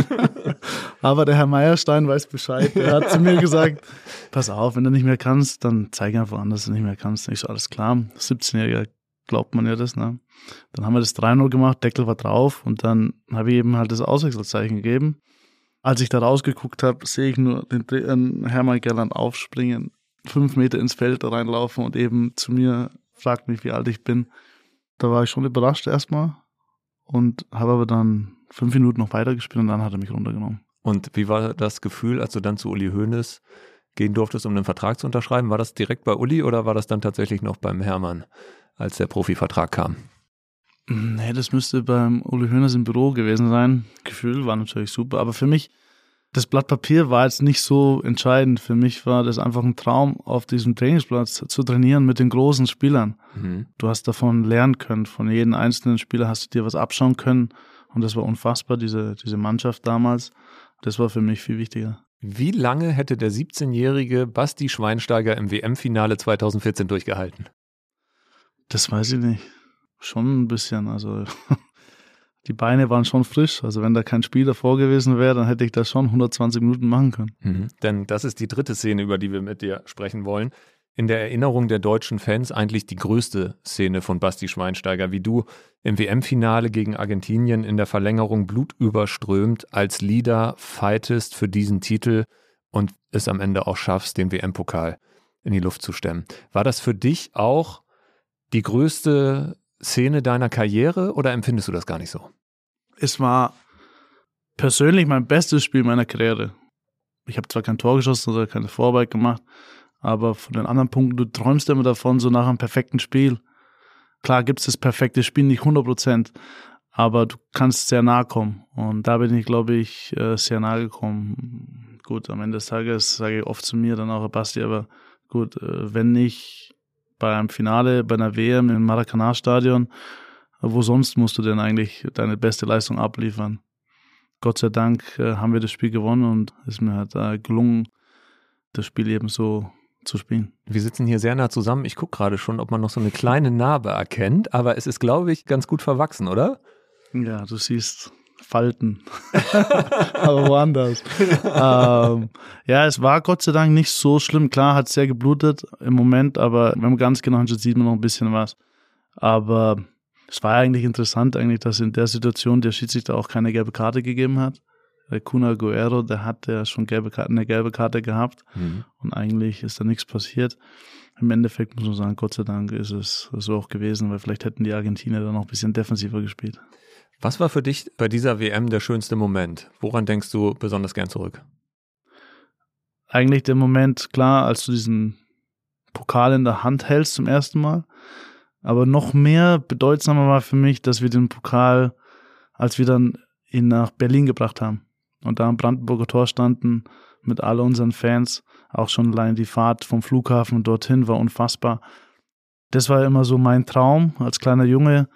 Aber der Herr Meierstein weiß Bescheid. Der hat zu mir gesagt, pass auf, wenn du nicht mehr kannst, dann zeig einfach an, dass du nicht mehr kannst. Ich so, alles klar, 17-Jähriger glaubt man ja das, ne? Dann haben wir das 3-0 gemacht, Deckel war drauf und dann habe ich eben halt das Auswechselzeichen gegeben. Als ich da rausgeguckt habe, sehe ich nur den Hermann Gerland aufspringen, 5 Meter ins Feld reinlaufen und eben zu mir fragt mich, wie alt ich bin. Da war ich schon überrascht erstmal und habe aber dann 5 Minuten noch weitergespielt und dann hat er mich runtergenommen. Und wie war das Gefühl, als du dann zu Uli Hoeneß gehen durftest, um einen Vertrag zu unterschreiben? War das direkt bei Uli oder war das dann tatsächlich noch beim Hermann, als der Profivertrag kam? Nee, das müsste beim Uli Hoeneß im Büro gewesen sein. Gefühl war natürlich super, aber für mich, das Blatt Papier war jetzt nicht so entscheidend. Für mich war das einfach ein Traum, auf diesem Trainingsplatz zu trainieren mit den großen Spielern. Mhm. Du hast davon lernen können, von jedem einzelnen Spieler hast du dir was abschauen können und das war unfassbar, diese Mannschaft damals. Das war für mich viel wichtiger. Wie lange hätte der 17-jährige Basti Schweinsteiger im WM-Finale 2014 durchgehalten? Das weiß ich nicht. Schon ein bisschen, also die Beine waren schon frisch. Also wenn da kein Spiel davor gewesen wäre, dann hätte ich das schon 120 Minuten machen können. Mhm. Denn das ist die dritte Szene, über die wir mit dir sprechen wollen. In der Erinnerung der deutschen Fans eigentlich die größte Szene von Basti Schweinsteiger, wie du im WM-Finale gegen Argentinien in der Verlängerung blutüberströmt als Leader fightest für diesen Titel und es am Ende auch schaffst, den WM-Pokal in die Luft zu stemmen. War das für dich auch die größte Szene deiner Karriere oder empfindest du das gar nicht so? Es war persönlich mein bestes Spiel meiner Karriere. Ich habe zwar kein Tor geschossen oder keine Vorarbeit gemacht, aber von den anderen Punkten, du träumst immer davon, so nach einem perfekten Spiel. Klar gibt es das perfekte Spiel nicht 100%, aber du kannst sehr nahe kommen. Und da bin ich, glaube ich, sehr nahe gekommen. Gut, am Ende des Tages sage ich oft zu mir, dann auch Basti, aber gut, wenn nicht bei einem Finale, bei einer WM im Maracanã-Stadion, wo sonst musst du denn eigentlich deine beste Leistung abliefern? Gott sei Dank haben wir das Spiel gewonnen und es ist mir halt gelungen, das Spiel eben so zu spielen. Wir sitzen hier sehr nah zusammen. Ich gucke gerade schon, ob man noch so eine kleine Narbe erkennt, aber es ist, glaube ich, ganz gut verwachsen, oder? Ja, du siehst Falten, aber woanders. Ja, es war Gott sei Dank nicht so schlimm. Klar, hat es sehr geblutet im Moment, aber wenn man ganz genau hinschaut, sieht man noch ein bisschen was. Aber es war eigentlich interessant, dass in der Situation der Schiedsrichter auch keine gelbe Karte gegeben hat. Kun Agüero, der hat ja schon eine gelbe Karte gehabt und eigentlich ist da nichts passiert. Im Endeffekt muss man sagen, Gott sei Dank ist es so auch gewesen, weil vielleicht hätten die Argentinier dann noch ein bisschen defensiver gespielt. Was war für dich bei dieser WM der schönste Moment? Woran denkst du besonders gern zurück? Eigentlich der Moment, klar, als du diesen Pokal in der Hand hältst zum ersten Mal. Aber noch mehr bedeutsamer war für mich, dass wir den Pokal, als wir dann ihn nach Berlin gebracht haben und da am Brandenburger Tor standen mit all unseren Fans, auch schon allein die Fahrt vom Flughafen dorthin war unfassbar. Das war immer so mein Traum als kleiner Junge,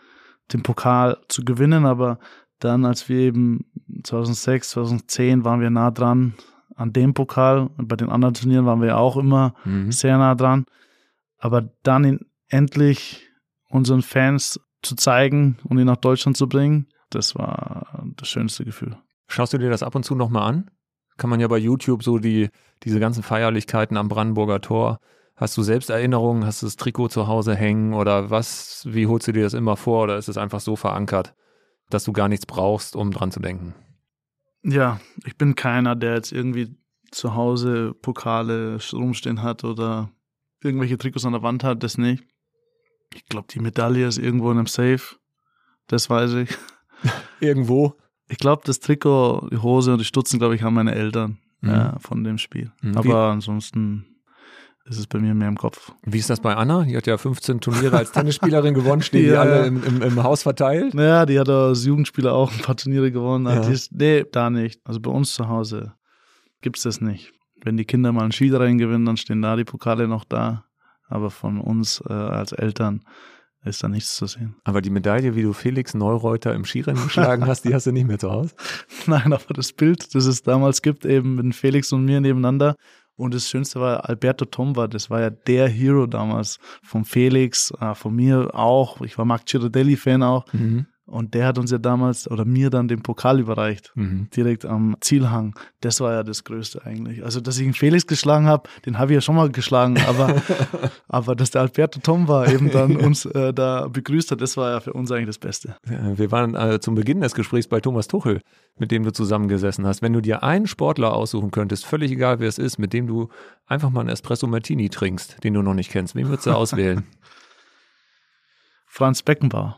den Pokal zu gewinnen, aber dann, als wir eben 2006, 2010 waren wir nah dran an dem Pokal und bei den anderen Turnieren waren wir ja auch immer sehr nah dran, aber dann endlich unseren Fans zu zeigen und ihn nach Deutschland zu bringen, das war das schönste Gefühl. Schaust du dir das ab und zu nochmal an? Kann man ja bei YouTube so diese ganzen Feierlichkeiten am Brandenburger Tor. Hast du selbst Erinnerungen? Hast du das Trikot zu Hause hängen oder was? Wie holst du dir das immer vor oder ist es einfach so verankert, dass du gar nichts brauchst, um dran zu denken? Ja, ich bin keiner, der jetzt irgendwie zu Hause Pokale rumstehen hat oder irgendwelche Trikots an der Wand hat, das nicht. Ich glaube, die Medaille ist irgendwo in einem Safe, das weiß ich. Irgendwo? Ich glaube, das Trikot, die Hose und die Stutzen, glaube ich, haben meine Eltern von dem Spiel. Aber ansonsten ist es bei mir mehr im Kopf. Wie ist das bei Anna? Die hat ja 15 Turniere als Tennisspielerin gewonnen, stehen die alle im Haus verteilt? Naja, die hat als Jugendspieler auch ein paar Turniere gewonnen. Ja. Nee, da nicht. Also bei uns zu Hause gibt es das nicht. Wenn die Kinder mal einen Skirennen gewinnen, dann stehen da die Pokale noch da. Aber von uns als Eltern ist da nichts zu sehen. Aber die Medaille, wie du Felix Neureuter im Skirennen geschlagen hast, die hast du nicht mehr zu Hause? Nein, aber das Bild, das es damals gibt, eben mit Felix und mir nebeneinander. Und das Schönste war Alberto Tomba, das war ja der Hero damals. Von Felix, von mir auch. Ich war Marc Girardelli-Fan auch. Und der hat uns ja damals, oder mir dann den Pokal überreicht, direkt am Zielhang. Das war ja das Größte eigentlich. Also, dass ich einen Felix geschlagen habe, den habe ich ja schon mal geschlagen, aber dass der Alberto Tomba eben dann uns da begrüßt hat, das war ja für uns eigentlich das Beste. Wir waren zum Beginn des Gesprächs bei Thomas Tuchel, mit dem du zusammengesessen hast. Wenn du dir einen Sportler aussuchen könntest, völlig egal wer es ist, mit dem du einfach mal einen Espresso Martini trinkst, den du noch nicht kennst, wen würdest du auswählen? Franz Beckenbauer.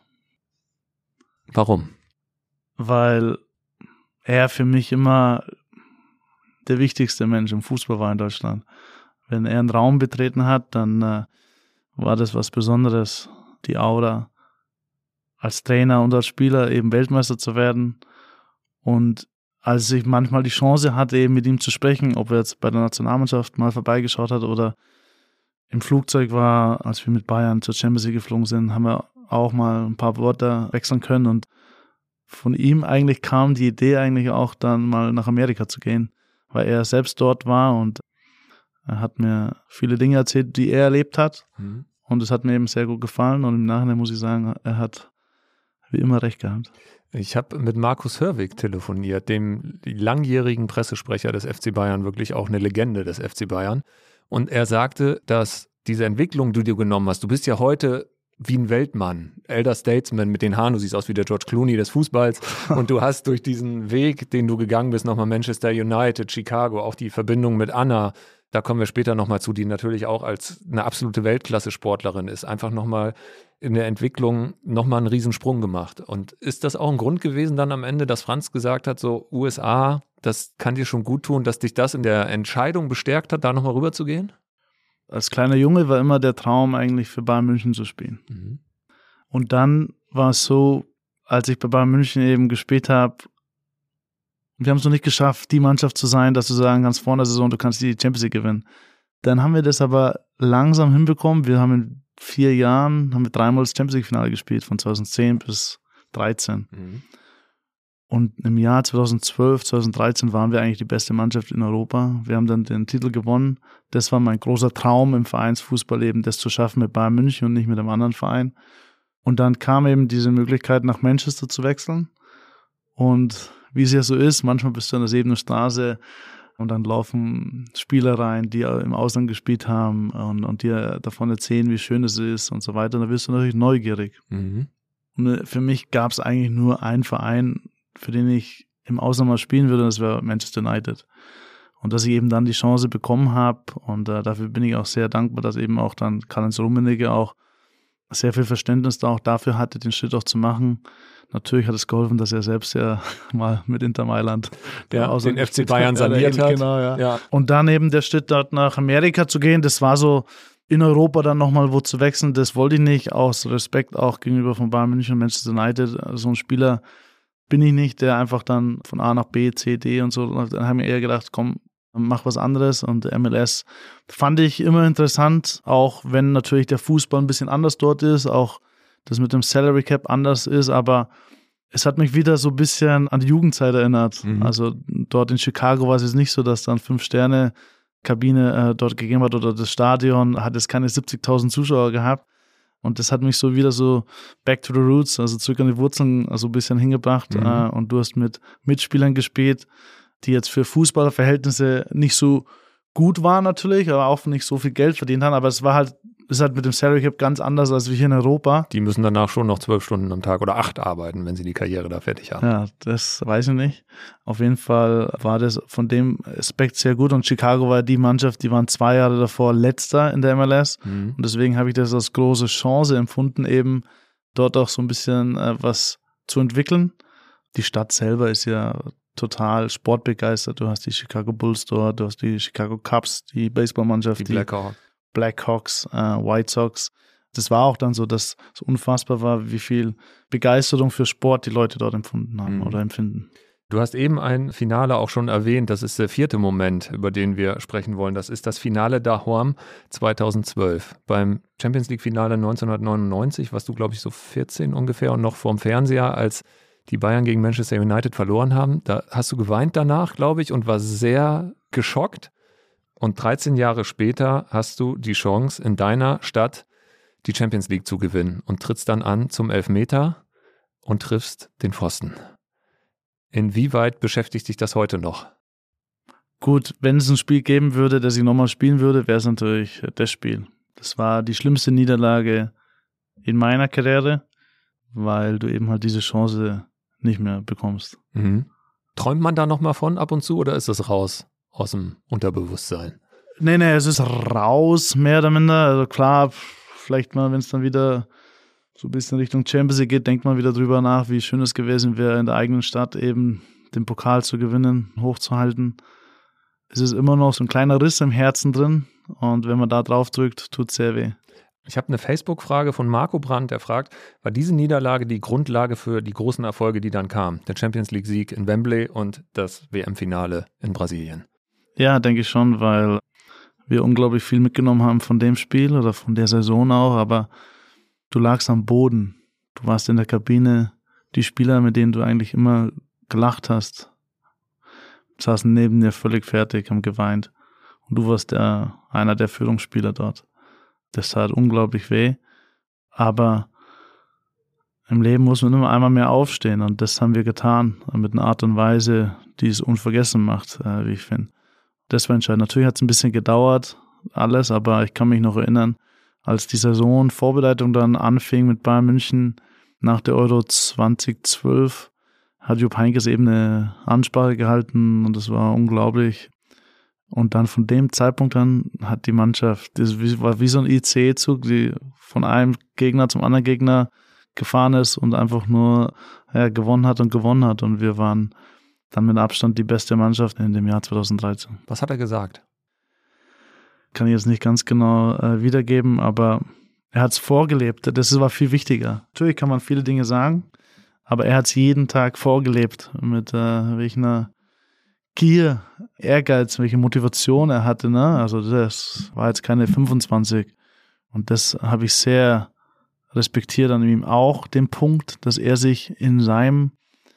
Warum? Weil er für mich immer der wichtigste Mensch im Fußball war in Deutschland. Wenn er einen Raum betreten hat, dann war das was Besonderes, die Aura. Als Trainer und als Spieler eben Weltmeister zu werden. Und als ich manchmal die Chance hatte, eben mit ihm zu sprechen, ob er jetzt bei der Nationalmannschaft mal vorbeigeschaut hat oder im Flugzeug war, als wir mit Bayern zur Champions League geflogen sind, haben wir auch mal ein paar Worte wechseln können und von ihm eigentlich kam die Idee eigentlich auch dann mal nach Amerika zu gehen, weil er selbst dort war und er hat mir viele Dinge erzählt, die er erlebt hat und es hat mir eben sehr gut gefallen und im Nachhinein muss ich sagen, er hat wie immer recht gehabt. Ich habe mit Markus Hörwig telefoniert, dem langjährigen Pressesprecher des FC Bayern, wirklich auch eine Legende des FC Bayern, und er sagte, dass diese Entwicklung, die du genommen hast, du bist ja heute wie ein Weltmann, Elder Statesman mit den Haaren, du siehst aus wie der George Clooney des Fußballs und du hast durch diesen Weg, den du gegangen bist, nochmal Manchester United, Chicago, auch die Verbindung mit Anna, da kommen wir später nochmal zu, die natürlich auch als eine absolute Weltklasse-Sportlerin ist, einfach nochmal in der Entwicklung nochmal einen Riesensprung gemacht. Und ist das auch ein Grund gewesen dann am Ende, dass Franz gesagt hat, so USA, das kann dir schon gut tun, dass dich das in der Entscheidung bestärkt hat, da nochmal rüber zu gehen? Als kleiner Junge war immer der Traum eigentlich für Bayern München zu spielen. Und dann war es so, als ich bei Bayern München eben gespielt habe, wir haben es noch nicht geschafft, die Mannschaft zu sein, dass du sagen kannst, vor der Saison, du kannst die Champions League gewinnen. Dann haben wir das aber langsam hinbekommen. Wir haben in 4 Jahren, haben wir 3-mal das Champions League-Finale gespielt, von 2010 bis 2013. Und im Jahr 2012, 2013 waren wir eigentlich die beste Mannschaft in Europa. Wir haben dann den Titel gewonnen. Das war mein großer Traum im Vereinsfußball eben, das zu schaffen mit Bayern München und nicht mit einem anderen Verein. Und dann kam eben diese Möglichkeit, nach Manchester zu wechseln. Und wie es ja so ist, manchmal bist du an der Sebener Straße und dann laufen Spieler rein, die im Ausland gespielt haben und dir davon erzählen, wie schön es ist und so weiter. Da wirst du natürlich neugierig. Und für mich gab es eigentlich nur einen Verein, für den ich im Ausland mal spielen würde, das wäre Manchester United. Und dass ich eben dann die Chance bekommen habe und dafür bin ich auch sehr dankbar, dass eben auch dann Karl-Heinz Rummenigge auch sehr viel Verständnis da auch dafür hatte, den Schritt auch zu machen. Natürlich hat es geholfen, dass er selbst ja mal mit Inter Mailand den FC Bayern saniert hat. Genau, ja. Und dann eben der Schritt dort nach Amerika zu gehen, das war so in Europa dann nochmal wo zu wechseln, das wollte ich nicht, aus Respekt auch gegenüber von Bayern München und Manchester United. So ein Spieler bin ich nicht, der einfach dann von A nach B, C, D und so, dann haben wir eher gedacht, komm, mach was anderes und MLS fand ich immer interessant, auch wenn natürlich der Fußball ein bisschen anders dort ist, auch das mit dem Salary Cap anders ist, aber es hat mich wieder so ein bisschen an die Jugendzeit erinnert. Also dort in Chicago war es jetzt nicht so, dass dann 5-Sterne-Kabine dort gegeben hat oder das Stadion hat jetzt keine 70.000 Zuschauer gehabt. Und das hat mich so wieder so back to the roots, also zurück an die Wurzeln, also ein bisschen hingebracht. Und du hast mit Mitspielern gespielt, die jetzt für Fußballerverhältnisse nicht so gut waren natürlich, aber auch nicht so viel Geld verdient haben. Aber es ist halt mit dem Salary Cap ganz anders als wir hier in Europa. Die müssen danach schon noch 12 Stunden am Tag oder 8 arbeiten, wenn sie die Karriere da fertig haben. Ja, das weiß ich nicht. Auf jeden Fall war das von dem Aspekt sehr gut. Und Chicago war die Mannschaft, die waren 2 Jahre davor Letzter in der MLS. Und deswegen habe ich das als große Chance empfunden, eben dort auch so ein bisschen was zu entwickeln. Die Stadt selber ist ja total sportbegeistert. Du hast die Chicago Bulls dort, du hast die Chicago Cubs, die Baseballmannschaft, Die Blackhawks, White Sox. Das war auch dann so, dass es unfassbar war, wie viel Begeisterung für Sport die Leute dort empfunden haben oder empfinden. Du hast eben ein Finale auch schon erwähnt. Das ist der 4. Moment, über den wir sprechen wollen. Das ist das Finale Dahorm 2012. Beim Champions-League-Finale 1999 warst du, glaube ich, so 14 ungefähr und noch vorm Fernseher, als die Bayern gegen Manchester United verloren haben. Da hast du geweint danach, glaube ich, und war sehr geschockt. Und 13 Jahre später hast du die Chance, in deiner Stadt die Champions League zu gewinnen und trittst dann an zum Elfmeter und triffst den Pfosten. Inwieweit beschäftigt dich das heute noch? Gut, wenn es ein Spiel geben würde, das ich nochmal spielen würde, wäre es natürlich das Spiel. Das war die schlimmste Niederlage in meiner Karriere, weil du eben halt diese Chance nicht mehr bekommst. Träumt man da nochmal von ab und zu oder ist das raus aus dem Unterbewusstsein? Nee, es ist raus, mehr oder minder. Also klar, vielleicht mal, wenn es dann wieder so ein bisschen Richtung Champions League geht, denkt man wieder drüber nach, wie schön es gewesen wäre, in der eigenen Stadt eben den Pokal zu gewinnen, hochzuhalten. Es ist immer noch so ein kleiner Riss im Herzen drin und wenn man da drauf drückt, tut es sehr weh. Ich habe eine Facebook-Frage von Marco Brandt, der fragt, war diese Niederlage die Grundlage für die großen Erfolge, die dann kamen? Der Champions-League-Sieg in Wembley und das WM-Finale in Brasilien. Ja, denke ich schon, weil wir unglaublich viel mitgenommen haben von dem Spiel oder von der Saison auch, aber du lagst am Boden. Du warst in der Kabine, die Spieler, mit denen du eigentlich immer gelacht hast, saßen neben dir völlig fertig, haben geweint. Und du warst einer der Führungsspieler dort. Das tat unglaublich weh, aber im Leben muss man immer einmal mehr aufstehen und das haben wir getan, mit einer Art und Weise, die es unvergessen macht, wie ich finde. Das war entscheidend. Natürlich hat es ein bisschen gedauert, alles, aber ich kann mich noch erinnern, als die Saisonvorbereitung dann anfing mit Bayern München nach der Euro 2012, hat Jupp Heynckes eben eine Ansprache gehalten und das war unglaublich. Und dann von dem Zeitpunkt an hat die Mannschaft, das war wie so ein ICE-Zug, die von einem Gegner zum anderen Gegner gefahren ist und einfach nur gewonnen hat. Und wir waren dann mit Abstand die beste Mannschaft in dem Jahr 2013. Was hat er gesagt? Kann ich jetzt nicht ganz genau wiedergeben, aber er hat es vorgelebt. Das war viel wichtiger. Natürlich kann man viele Dinge sagen, aber er hat es jeden Tag vorgelebt mit welcher Gier, Ehrgeiz, welche Motivation er hatte, ne? Also das war jetzt keine 25 und das habe ich sehr respektiert an ihm. Auch den Punkt, dass er sich in seinem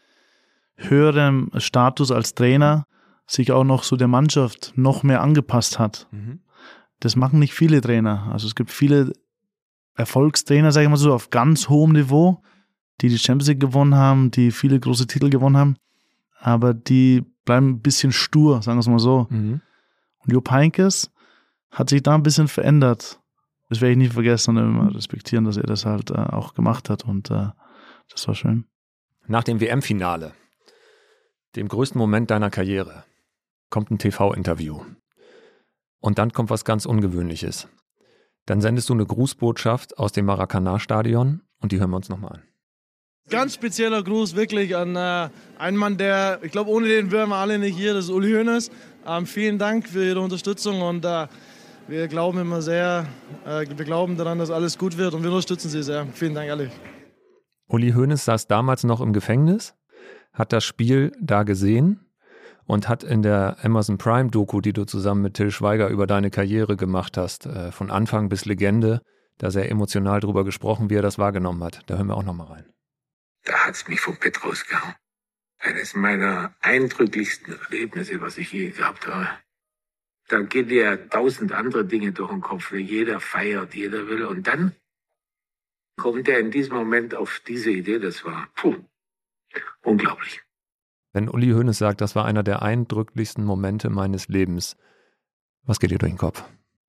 höheren Status als Trainer sich auch noch so der Mannschaft noch mehr angepasst hat. Das machen nicht viele Trainer. Also es gibt viele Erfolgstrainer, sage ich mal so, auf ganz hohem Niveau, die Champions League gewonnen haben, die viele große Titel gewonnen haben, aber die bleiben ein bisschen stur, sagen wir es mal so. Und Jupp Heynckes hat sich da ein bisschen verändert. Das werde ich nie vergessen und immer respektieren, dass er das halt auch gemacht hat und das war schön. Nach dem WM-Finale, dem größten Moment deiner Karriere, kommt ein TV-Interview. Und dann kommt was ganz Ungewöhnliches. Dann sendest du eine Grußbotschaft aus dem Maracanã-Stadion und die hören wir uns nochmal an. Ganz spezieller Gruß wirklich an einen Mann, der, ich glaube, ohne den wären wir alle nicht hier, das ist Uli Hoeneß. Vielen Dank für Ihre Unterstützung und wir glauben immer sehr, wir glauben daran, dass alles gut wird und wir unterstützen Sie sehr. Vielen Dank, ehrlich. Uli Hoeneß saß damals noch im Gefängnis, hat das Spiel da gesehen und hat in der Amazon Prime Doku, die du zusammen mit Till Schweiger über deine Karriere gemacht hast, von Anfang bis Legende, da sehr emotional drüber gesprochen, wie er das wahrgenommen hat. Da hören wir auch nochmal rein. Da hat's mich vom Bett rausgehauen. Eines meiner eindrücklichsten Erlebnisse, was ich je gehabt habe. Da geht ja 1000 andere Dinge durch den Kopf. Jeder feiert, jeder will. Und dann kommt er in diesem Moment auf diese Idee. Das war unglaublich. Wenn Uli Hoeneß sagt, das war einer der eindrücklichsten Momente meines Lebens, was geht dir durch den Kopf?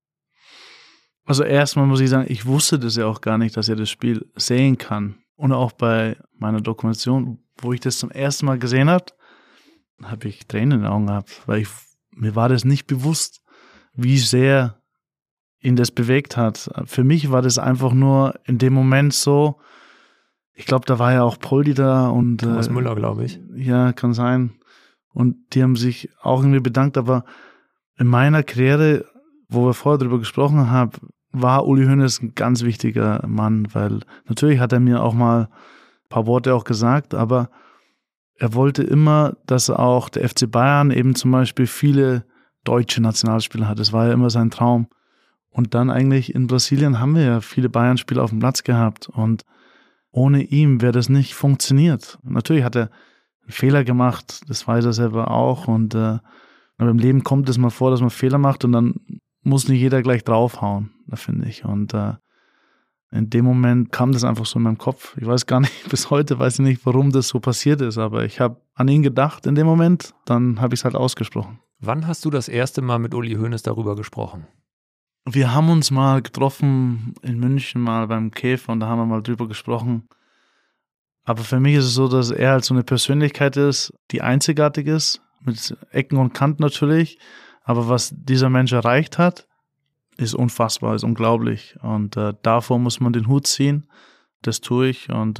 Also erstmal muss ich sagen, ich wusste das ja auch gar nicht, dass er das Spiel sehen kann. Und auch bei meiner Dokumentation, wo ich das zum ersten Mal gesehen habe, habe ich Tränen in den Augen gehabt, weil mir war das nicht bewusst, wie sehr ihn das bewegt hat. Für mich war das einfach nur in dem Moment so, ich glaube, da war ja auch Poldi da und Thomas Müller, glaube ich. Ja, kann sein. Und die haben sich auch irgendwie bedankt, aber in meiner Karriere, wo wir vorher drüber gesprochen haben, war Uli Hoeneß ein ganz wichtiger Mann, weil natürlich hat er mir auch mal ein paar Worte auch gesagt, aber er wollte immer, dass auch der FC Bayern eben zum Beispiel viele deutsche Nationalspieler hat. Das war ja immer sein Traum. Und dann eigentlich in Brasilien haben wir ja viele Bayern-Spieler auf dem Platz gehabt und ohne ihn wäre das nicht funktioniert. Natürlich hat er einen Fehler gemacht, das weiß er selber auch. Und aber im Leben kommt es mal vor, dass man Fehler macht und dann muss nicht jeder gleich draufhauen, da finde ich. Und in dem Moment kam das einfach so in meinem Kopf. Ich weiß gar nicht, bis heute weiß ich nicht, warum das so passiert ist, aber ich habe an ihn gedacht in dem Moment, dann habe ich es halt ausgesprochen. Wann hast du das erste Mal mit Uli Hoeneß darüber gesprochen? Wir haben uns mal getroffen in München mal beim Käfer und da haben wir mal drüber gesprochen. Aber für mich ist es so, dass er halt so eine Persönlichkeit ist, die einzigartig ist, mit Ecken und Kanten natürlich. Aber was dieser Mensch erreicht hat, ist unfassbar, ist unglaublich. Und davor muss man den Hut ziehen. Das tue ich. Und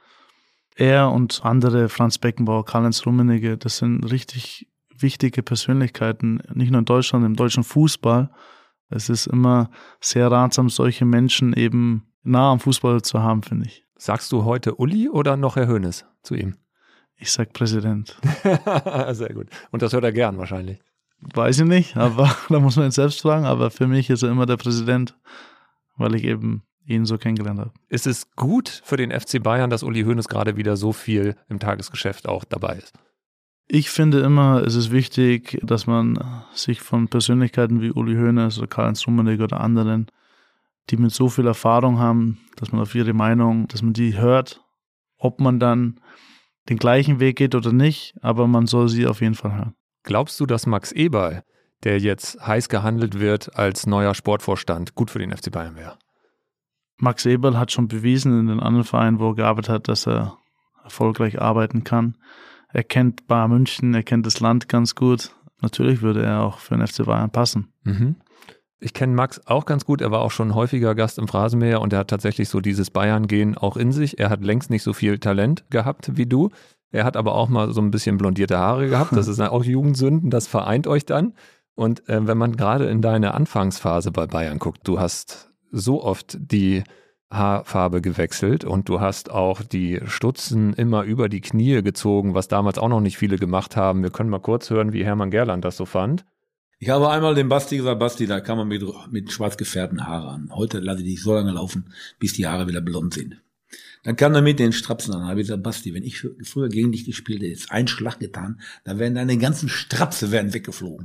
er und andere, Franz Beckenbauer, Karl-Heinz Rummenigge, das sind richtig wichtige Persönlichkeiten, nicht nur in Deutschland, im deutschen Fußball. Es ist immer sehr ratsam, solche Menschen eben nah am Fußball zu haben, finde ich. Sagst du heute Uli oder noch Herr Hoeneß zu ihm? Ich sag Präsident. Sehr gut. Und das hört er gern wahrscheinlich. Weiß ich nicht, aber da muss man ihn selbst fragen. Aber für mich ist er immer der Präsident, weil ich eben ihn so kennengelernt habe. Ist es gut für den FC Bayern, dass Uli Hoeneß gerade wieder so viel im Tagesgeschäft auch dabei ist? Ich finde immer, es ist wichtig, dass man sich von Persönlichkeiten wie Uli Hoeneß oder Karl-Heinz Rummenigge oder anderen, die mit so viel Erfahrung haben, dass man auf ihre Meinung, dass man die hört, ob man dann den gleichen Weg geht oder nicht, aber man soll sie auf jeden Fall hören. Glaubst du, dass Max Eberl, der jetzt heiß gehandelt wird als neuer Sportvorstand, gut für den FC Bayern wäre? Max Eberl hat schon bewiesen in den anderen Vereinen, wo er gearbeitet hat, dass er erfolgreich arbeiten kann. Er kennt Bayern München, er kennt das Land ganz gut. Natürlich würde er auch für den FC Bayern passen. Mhm. Ich kenne Max auch ganz gut. Er war auch schon häufiger Gast im Phrasenmäher und er hat tatsächlich so dieses Bayern-Gehen auch in sich. Er hat längst nicht so viel Talent gehabt wie du. Er hat aber auch mal so ein bisschen blondierte Haare gehabt. Das ist auch Jugendsünden, das vereint euch dann. Und wenn man gerade in deine Anfangsphase bei Bayern guckt, du hast so oft die Haarfarbe gewechselt und du hast auch die Stutzen immer über die Knie gezogen, was damals auch noch nicht viele gemacht haben. Wir können mal kurz hören, wie Hermann Gerland das so fand. Ich habe einmal dem Basti gesagt, Basti, da kann man mit schwarz gefärbten Haaren an. Heute lasse ich dich so lange laufen, bis die Haare wieder blond sind. Dann kam er mit den Strapsen an. Da habe ich gesagt, Basti, wenn ich früher gegen dich gespielt hätte, jetzt einen Schlag getan, dann wären deine ganzen Strapse weggeflogen.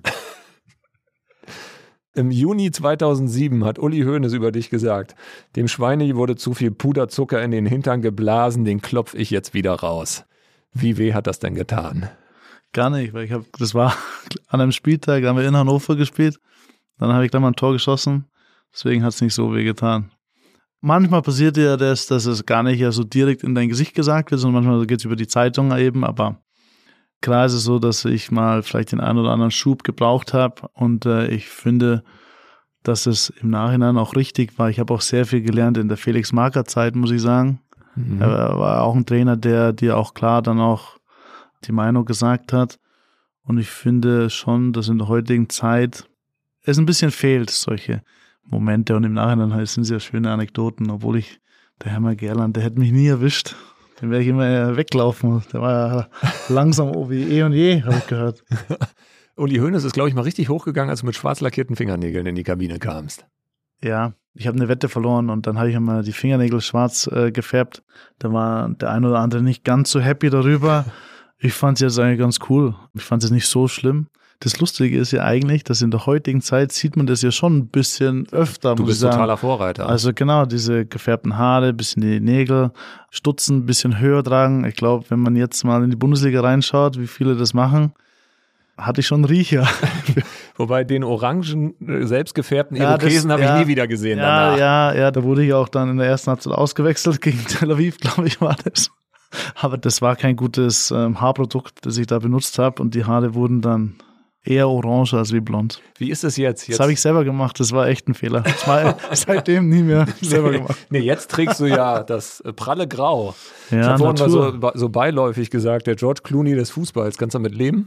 Im Juni 2007 hat Uli Hoeneß über dich gesagt, dem Schweini wurde zu viel Puderzucker in den Hintern geblasen, den klopf ich jetzt wieder raus. Wie weh hat das denn getan? Gar nicht, weil das war an einem Spieltag, da haben wir in Hannover gespielt, dann habe ich gleich mal ein Tor geschossen, deswegen hat es nicht so weh getan. Manchmal passiert ja das, dass es gar nicht ja so direkt in dein Gesicht gesagt wird, sondern manchmal geht es über die Zeitung eben, aber klar ist es so, dass ich mal vielleicht den einen oder anderen Schub gebraucht habe und ich finde, dass es im Nachhinein auch richtig war. Ich habe auch sehr viel gelernt in der Felix-Magath-Zeit, muss ich sagen. Mhm. Er war auch ein Trainer, der dir auch klar dann auch die Meinung gesagt hat. Und ich finde schon, dass in der heutigen Zeit es ein bisschen fehlt, solche Momente. Und im Nachhinein halt sind es ja schöne Anekdoten, obwohl der Hermann Gerland, der hätte mich nie erwischt. Den wäre ich immer weglaufen. Der war ja langsam wie eh und je, habe ich gehört. Uli Hoeneß ist, glaube ich, mal richtig hochgegangen, als du mit schwarz lackierten Fingernägeln in die Kabine kamst. Ja, Ich habe eine Wette verloren und dann habe ich immer die Fingernägel schwarz gefärbt. Da war der ein oder andere nicht ganz so happy darüber. Ich fand es jetzt eigentlich ganz cool. Ich fand es nicht so schlimm. Das Lustige ist ja eigentlich, dass in der heutigen Zeit sieht man das ja schon ein bisschen öfter. Du bist totaler Vorreiter. Also genau, diese gefärbten Haare, bisschen die Nägel, Stutzen ein bisschen höher tragen. Ich glaube, wenn man jetzt mal in die Bundesliga reinschaut, wie viele das machen, hatte ich schon einen Riecher. Wobei den orangen, selbst gefärbten Irokesen habe ich nie wieder gesehen danach. Ja, da wurde ich auch dann in der ersten Halbzeit ausgewechselt gegen Tel Aviv, glaube ich, war das. Aber das war kein gutes Haarprodukt, das ich da benutzt habe und die Haare wurden dann eher orange als wie blond. Wie ist das jetzt? Das habe ich selber gemacht, das war echt ein Fehler. Das war seitdem nie mehr selber gemacht. Nee, jetzt trägst du ja das pralle Grau. Ja, ich habe vorhin mal so beiläufig gesagt, der George Clooney des Fußballs. Kannst du damit leben?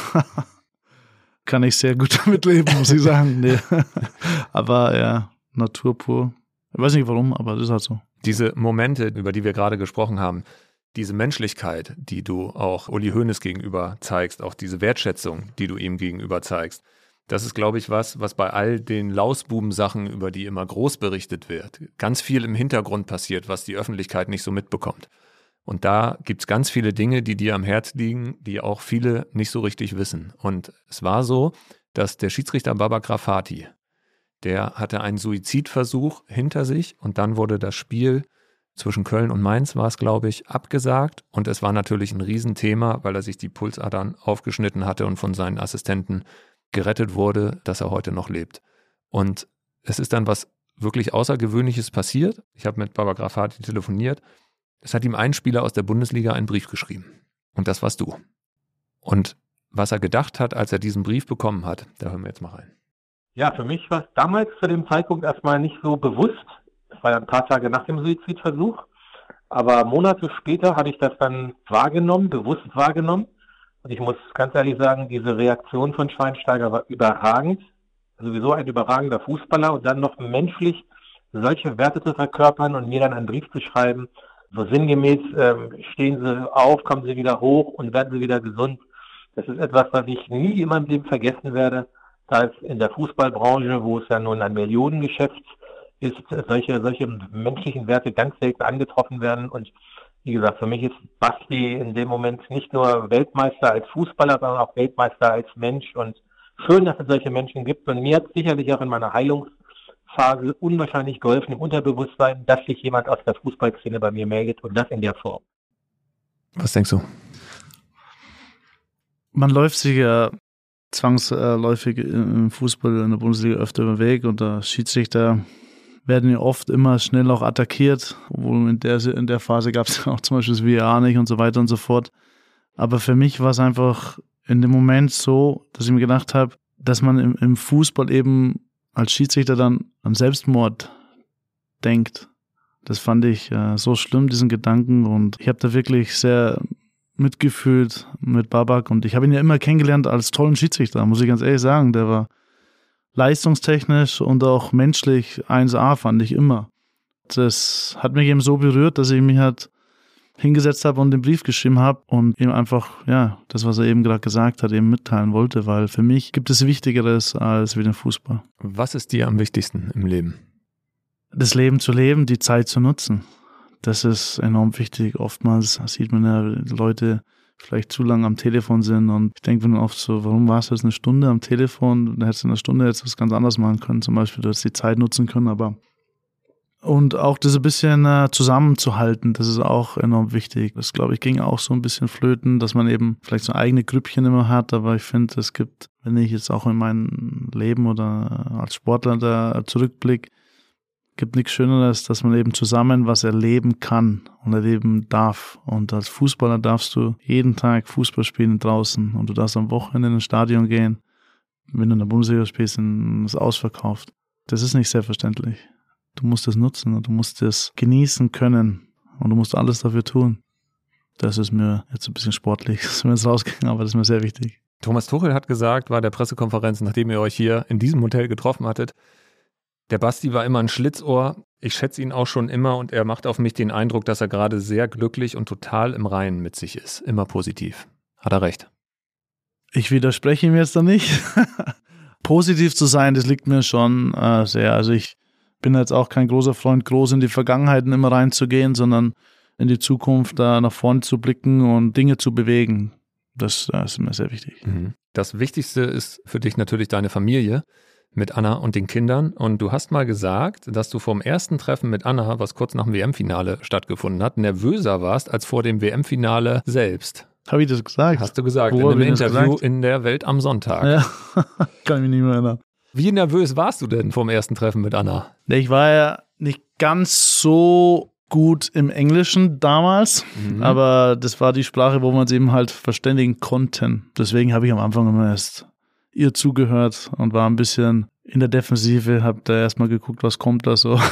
Kann ich sehr gut damit leben, muss ich sagen. Nee. Aber ja, Natur pur. Ich weiß nicht warum, aber das ist halt so. Diese Momente, über die wir gerade gesprochen haben, diese Menschlichkeit, die du auch Uli Hoeneß gegenüber zeigst, auch diese Wertschätzung, die du ihm gegenüber zeigst, das ist, glaube ich, was bei all den Lausbuben-Sachen, über die immer groß berichtet wird, ganz viel im Hintergrund passiert, was die Öffentlichkeit nicht so mitbekommt. Und da gibt es ganz viele Dinge, die dir am Herz liegen, die auch viele nicht so richtig wissen. Und es war so, dass der Schiedsrichter Baba Grafati, der hatte einen Suizidversuch hinter sich und dann wurde das Spiel zwischen Köln und Mainz, war es, glaube ich, abgesagt. Und es war natürlich ein Riesenthema, weil er sich die Pulsadern aufgeschnitten hatte und von seinen Assistenten gerettet wurde, dass er heute noch lebt. Und es ist dann was wirklich Außergewöhnliches passiert. Ich habe mit Baba Grafati telefoniert. Es hat ihm ein Spieler aus der Bundesliga einen Brief geschrieben. Und das warst du. Und was er gedacht hat, als er diesen Brief bekommen hat, da hören wir jetzt mal rein. Ja, für mich war es damals zu dem Zeitpunkt erstmal nicht so bewusst. Es war ja ein paar Tage nach dem Suizidversuch. Aber Monate später hatte ich das dann wahrgenommen, bewusst wahrgenommen. Und ich muss ganz ehrlich sagen, diese Reaktion von Schweinsteiger war überragend. Sowieso ein überragender Fußballer und dann noch menschlich solche Werte zu verkörpern und mir dann einen Brief zu schreiben. So sinngemäß, stehen Sie auf, kommen Sie wieder hoch und werden Sie wieder gesund. Das ist etwas, was ich nie in meinem Leben vergessen werde, da es in der Fußballbranche, wo es ja nun ein Millionengeschäft ist, solche menschlichen Werte ganz selten angetroffen werden. Und wie gesagt, für mich ist Basti in dem Moment nicht nur Weltmeister als Fußballer, sondern auch Weltmeister als Mensch. Und schön, dass es solche Menschen gibt. Und mir hat sicherlich auch in meiner Heilungsphase unwahrscheinlich geholfen im Unterbewusstsein, dass sich jemand aus der Fußballszene bei mir meldet und das in der Form. Was denkst du? Man läuft sich ja zwangsläufig im Fußball in der Bundesliga öfter über den Weg und der Schiedsrichter werden ja oft immer schnell auch attackiert, obwohl in der Phase gab es auch zum Beispiel das VAR nicht und so weiter und so fort. Aber für mich war es einfach in dem Moment so, dass ich mir gedacht habe, dass man im Fußball eben als Schiedsrichter dann an Selbstmord denkt. Das fand ich so schlimm, diesen Gedanken, und ich habe da wirklich sehr mitgefühlt mit Babak, und ich habe ihn ja immer kennengelernt als tollen Schiedsrichter, muss ich ganz ehrlich sagen. Der war leistungstechnisch und auch menschlich 1A, fand ich immer. Das hat mich eben so berührt, dass ich mich halt hingesetzt habe und den Brief geschrieben habe und ihm einfach, ja, das, was er eben gerade gesagt hat, eben mitteilen wollte, weil für mich gibt es Wichtigeres als wie den Fußball. Was ist dir am wichtigsten im Leben? Das Leben zu leben, die Zeit zu nutzen. Das ist enorm wichtig. Oftmals sieht man ja, Leute vielleicht zu lange am Telefon sind, und ich denke mir dann oft so, warum warst du jetzt eine Stunde am Telefon? Dann hättest du in einer Stunde jetzt was ganz anderes machen können. Zum Beispiel, du hättest die Zeit nutzen können, aber und auch das ein bisschen zusammenzuhalten, das ist auch enorm wichtig. Das, glaube ich, ging auch so ein bisschen flöten, dass man eben vielleicht so eigene Grüppchen immer hat, aber ich finde, es gibt, wenn ich jetzt auch in mein Leben oder als Sportler da zurückblicke, gibt nichts Schöneres, dass man eben zusammen was erleben kann und erleben darf. Und als Fußballer darfst du jeden Tag Fußball spielen draußen, und du darfst am Wochenende in ein Stadion gehen. Wenn du in der Bundesliga spielst, ist es ausverkauft. Das ist nicht selbstverständlich. Du musst es nutzen und du musst es genießen können und du musst alles dafür tun. Das ist mir jetzt ein bisschen sportlich, das ist mir jetzt rausgegangen, aber das ist mir sehr wichtig. Thomas Tuchel hat gesagt, bei der Pressekonferenz, nachdem ihr euch hier in diesem Hotel getroffen hattet, der Basti war immer ein Schlitzohr. Ich schätze ihn auch schon immer, und er macht auf mich den Eindruck, dass er gerade sehr glücklich und total im Reinen mit sich ist. Immer positiv. Hat er recht? Ich widerspreche ihm jetzt da nicht. Positiv zu sein, das liegt mir schon sehr. Also ich bin jetzt auch kein großer Freund, groß in die Vergangenheiten immer reinzugehen, sondern in die Zukunft da nach vorne zu blicken und Dinge zu bewegen. Das ist mir sehr wichtig. Das Wichtigste ist für dich natürlich deine Familie mit Anna und den Kindern. Und du hast mal gesagt, dass du vom ersten Treffen mit Anna, was kurz nach dem WM-Finale stattgefunden hat, nervöser warst als vor dem WM-Finale selbst. Habe ich das gesagt? Hast du gesagt, in einem Interview in der Welt am Sonntag. Ja, kann ich mich nicht mehr erinnern. Wie nervös warst du denn vom ersten Treffen mit Anna? Ich war ja nicht ganz so gut im Englischen damals, aber das war die Sprache, wo wir uns eben halt verständigen konnten. Deswegen habe ich am Anfang immer erst ihr zugehört und war ein bisschen in der Defensive, habe da erstmal geguckt, was kommt da so.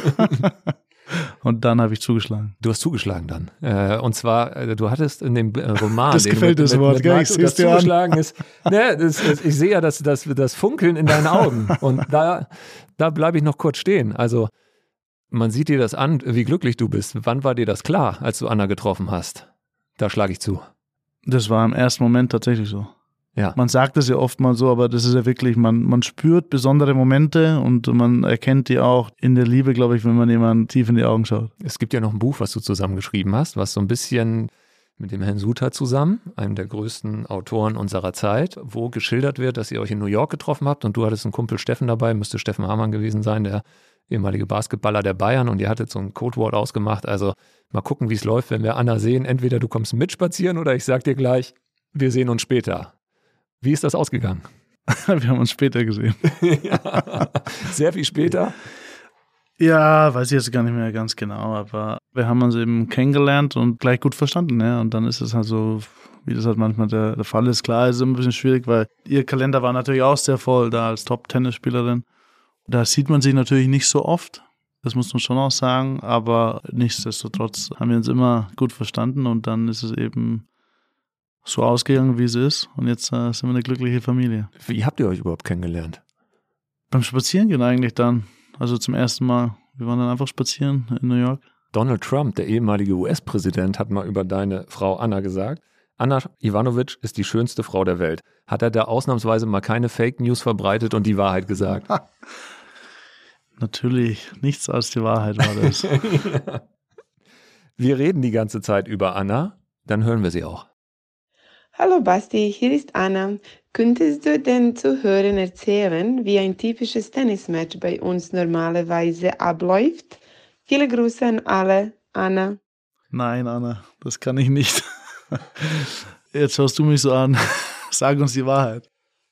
Und dann habe ich zugeschlagen. Du hast zugeschlagen dann. Und zwar, du hattest in dem Roman, das gefällt das Wort, gell? Ich das zugeschlagen ist. Ne, ich sehe ja das Funkeln in deinen Augen. Und da bleibe ich noch kurz stehen. Also man sieht dir das an, wie glücklich du bist. Wann war dir das klar, als du Anna getroffen hast? Da schlage ich zu. Das war im ersten Moment tatsächlich so. Ja. Man sagt es ja oft mal so, aber das ist ja wirklich, man spürt besondere Momente und man erkennt die auch in der Liebe, glaube ich, wenn man jemandem tief in die Augen schaut. Es gibt ja noch ein Buch, was du zusammen geschrieben hast, was so ein bisschen mit dem Herrn Suter zusammen, einem der größten Autoren unserer Zeit, wo geschildert wird, dass ihr euch in New York getroffen habt und du hattest einen Kumpel Steffen dabei, müsste Steffen Hamann gewesen sein, der ehemalige Basketballer der Bayern, und ihr hattet so ein Codewort ausgemacht. Also mal gucken, wie es läuft, wenn wir Anna sehen. Entweder du kommst mit spazieren oder ich sag dir gleich, wir sehen uns später. Wie ist das ausgegangen? Wir haben uns später gesehen. Ja, sehr viel später? Ja, weiß ich jetzt gar nicht mehr ganz genau, aber wir haben uns eben kennengelernt und gleich gut verstanden. Ja? Und dann ist es halt so, wie das halt manchmal der Fall ist. Klar, ist es ein bisschen schwierig, weil ihr Kalender war natürlich auch sehr voll da als Top-Tennisspielerin. Da sieht man sich natürlich nicht so oft, das muss man schon auch sagen, aber nichtsdestotrotz haben wir uns immer gut verstanden und dann ist es eben so ausgegangen, wie es ist. Und jetzt sind wir eine glückliche Familie. Wie habt ihr euch überhaupt kennengelernt? Beim Spazierengehen eigentlich dann. Also zum ersten Mal. Wir waren dann einfach spazieren in New York. Donald Trump, der ehemalige US-Präsident, hat mal über deine Frau Anna gesagt, Anna Ivanovic ist die schönste Frau der Welt. Hat er da ausnahmsweise mal keine Fake News verbreitet und die Wahrheit gesagt? Natürlich, nichts als die Wahrheit war das. Ja. Wir reden die ganze Zeit über Anna, dann hören wir sie auch. Hallo Basti, hier ist Anna. Könntest du den Zuhörern erzählen, wie ein typisches Tennismatch bei uns normalerweise abläuft? Viele Grüße an alle, Anna. Nein, Anna, das kann ich nicht. Jetzt schaust du mich so an. Sag uns die Wahrheit.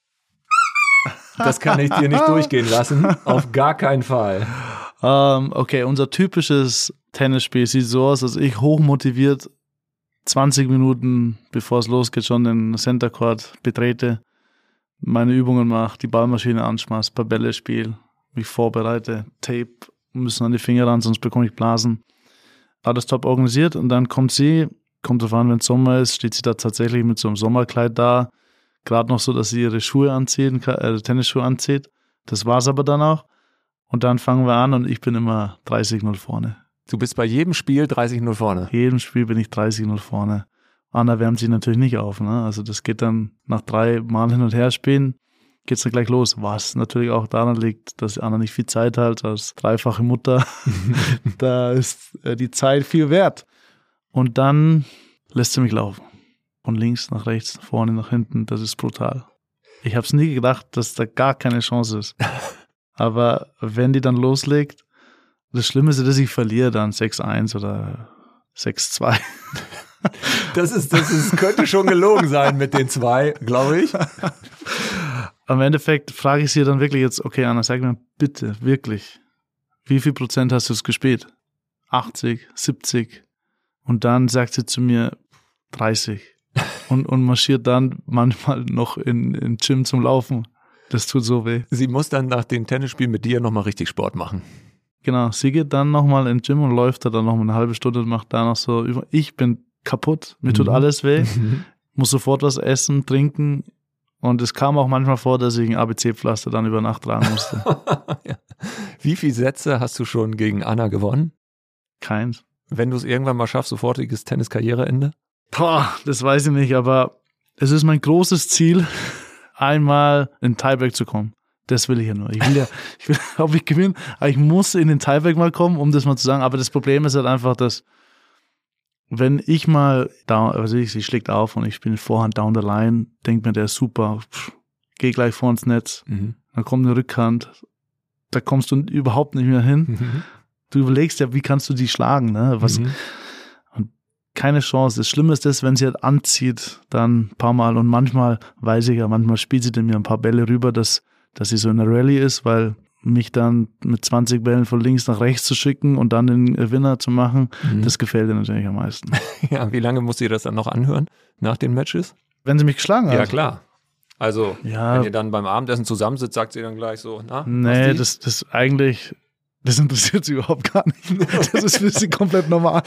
Das kann ich dir nicht durchgehen lassen. Auf gar keinen Fall. Okay, unser typisches Tennisspiel sieht so aus, dass ich hochmotiviert 20 Minuten, bevor es losgeht, schon den Center Court betrete, meine Übungen mache, die Ballmaschine anschmeiße, paar Bälle spiele, mich vorbereite, Tape müssen an die Finger ran, sonst bekomme ich Blasen. Alles top organisiert und dann kommt drauf an, wenn es Sommer ist, steht sie da tatsächlich mit so einem Sommerkleid da, gerade noch so, dass sie ihre Schuhe anzieht, Tennisschuhe anzieht. Das war's aber dann auch. Und dann fangen wir an und ich bin immer 30-0 vorne. Du bist bei jedem Spiel 30-0 vorne? Jedem Spiel bin ich 30-0 vorne. Anna wärmt sich natürlich nicht auf. Ne? Also das geht dann nach 3 Mal hin und her spielen, geht's dann gleich los. Was natürlich auch daran liegt, dass Anna nicht viel Zeit hat als dreifache Mutter. Da ist die Zeit viel wert. Und dann lässt sie mich laufen. Von links nach rechts, vorne nach hinten. Das ist brutal. Ich habe es nie gedacht, dass da gar keine Chance ist. Aber wenn die dann loslegt, das Schlimme ist, dass ich verliere dann 6-1 oder 6-2. Das könnte schon gelogen sein mit den 2, glaube ich. Am Endeffekt frage ich sie dann wirklich jetzt, okay Anna, sag mir bitte, wirklich, wie viel Prozent hast du es gespielt? 80, 70? Und dann sagt sie zu mir 30 und marschiert dann manchmal noch in Gym zum Laufen. Das tut so weh. Sie muss dann nach dem Tennisspiel mit dir nochmal richtig Sport machen. Genau, sie geht dann nochmal in den Gym und läuft da dann nochmal eine halbe Stunde und macht da noch so, ich bin kaputt, mir tut alles weh, muss sofort was essen, trinken und es kam auch manchmal vor, dass ich ein ABC-Pflaster dann über Nacht tragen musste. Ja. Wie viele Sätze hast du schon gegen Anna gewonnen? Keins. Wenn du es irgendwann mal schaffst, sofortiges Tenniskarriereende? Boah, das weiß ich nicht, aber es ist mein großes Ziel, einmal in Tiebreak zu kommen. Das will ich ja nur. Ich will, ob ich gewinne, aber ich muss in den Tiebreak mal kommen, um das mal zu sagen. Aber das Problem ist halt einfach, dass wenn ich mal, sie schlägt auf und ich bin Vorhand down the line, denkt mir, der ist super, geh gleich vor ins Netz, dann kommt eine Rückhand, da kommst du überhaupt nicht mehr hin. Du überlegst ja, wie kannst du die schlagen, ne? Und keine Chance. Das Schlimme ist das, wenn sie halt anzieht, dann ein paar Mal und manchmal weiß ich ja, manchmal spielt sie mir ein paar Bälle rüber, dass sie so in der Rallye ist, weil mich dann mit 20 Bällen von links nach rechts zu schicken und dann den Winner zu machen, das gefällt ihr natürlich am meisten. Ja, wie lange muss sie das dann noch anhören nach den Matches? Wenn sie mich geschlagen hat. Ja, klar. Also, wenn ihr dann beim Abendessen zusammensitzt, sagt sie dann gleich so, na? Nee, das eigentlich, das interessiert sie überhaupt gar nicht. Das ist für sie komplett normal.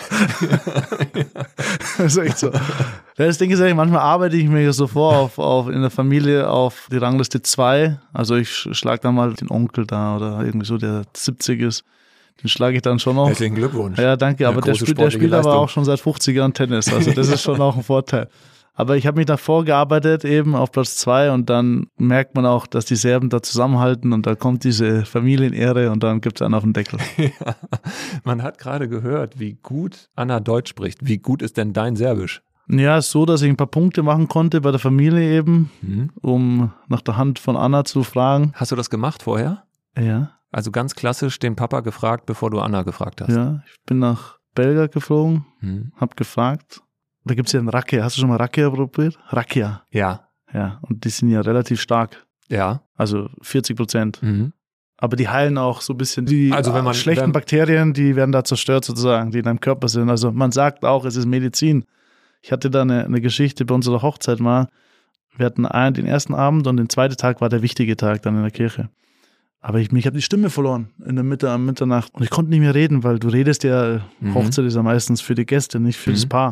Das ist echt so. Das Ding ist eigentlich, manchmal arbeite ich mir so vor, auf in der Familie auf die Rangliste 2. Also ich schlage dann mal den Onkel da oder irgendwie so, der 70 ist. Den schlage ich dann schon noch. Herzlichen Glückwunsch. Ja, danke. Aber der spielt aber auch schon seit 50 Jahren Tennis. Also das ist schon auch ein Vorteil. Aber ich habe mich davor gearbeitet, eben auf Platz 2 und dann merkt man auch, dass die Serben da zusammenhalten und da kommt diese Familienehre und dann gibt es einen auf den Deckel. Ja, man hat gerade gehört, wie gut Anna Deutsch spricht. Wie gut ist denn dein Serbisch? Ja, ist so, dass ich ein paar Punkte machen konnte bei der Familie eben, um nach der Hand von Anna zu fragen. Hast du das gemacht vorher? Ja. Also ganz klassisch den Papa gefragt, bevor du Anna gefragt hast? Ja, ich bin nach Belgrad geflogen, hab gefragt. Da gibt es ja einen Rakia. Hast du schon mal Rakia probiert? Rakia. Ja. Ja, und die sind ja relativ stark. Ja. Also 40%. Aber die heilen auch so ein bisschen die schlechten wenn Bakterien, die werden da zerstört sozusagen, die in deinem Körper sind. Also man sagt auch, es ist Medizin. Ich hatte da eine Geschichte bei unserer Hochzeit mal. Wir hatten den ersten Abend und den zweiten Tag war der wichtige Tag dann in der Kirche. Aber ich habe die Stimme verloren in der Mitte am Mitternacht und ich konnte nicht mehr reden, weil du redest ja, Hochzeit ist ja meistens für die Gäste, nicht für das Paar.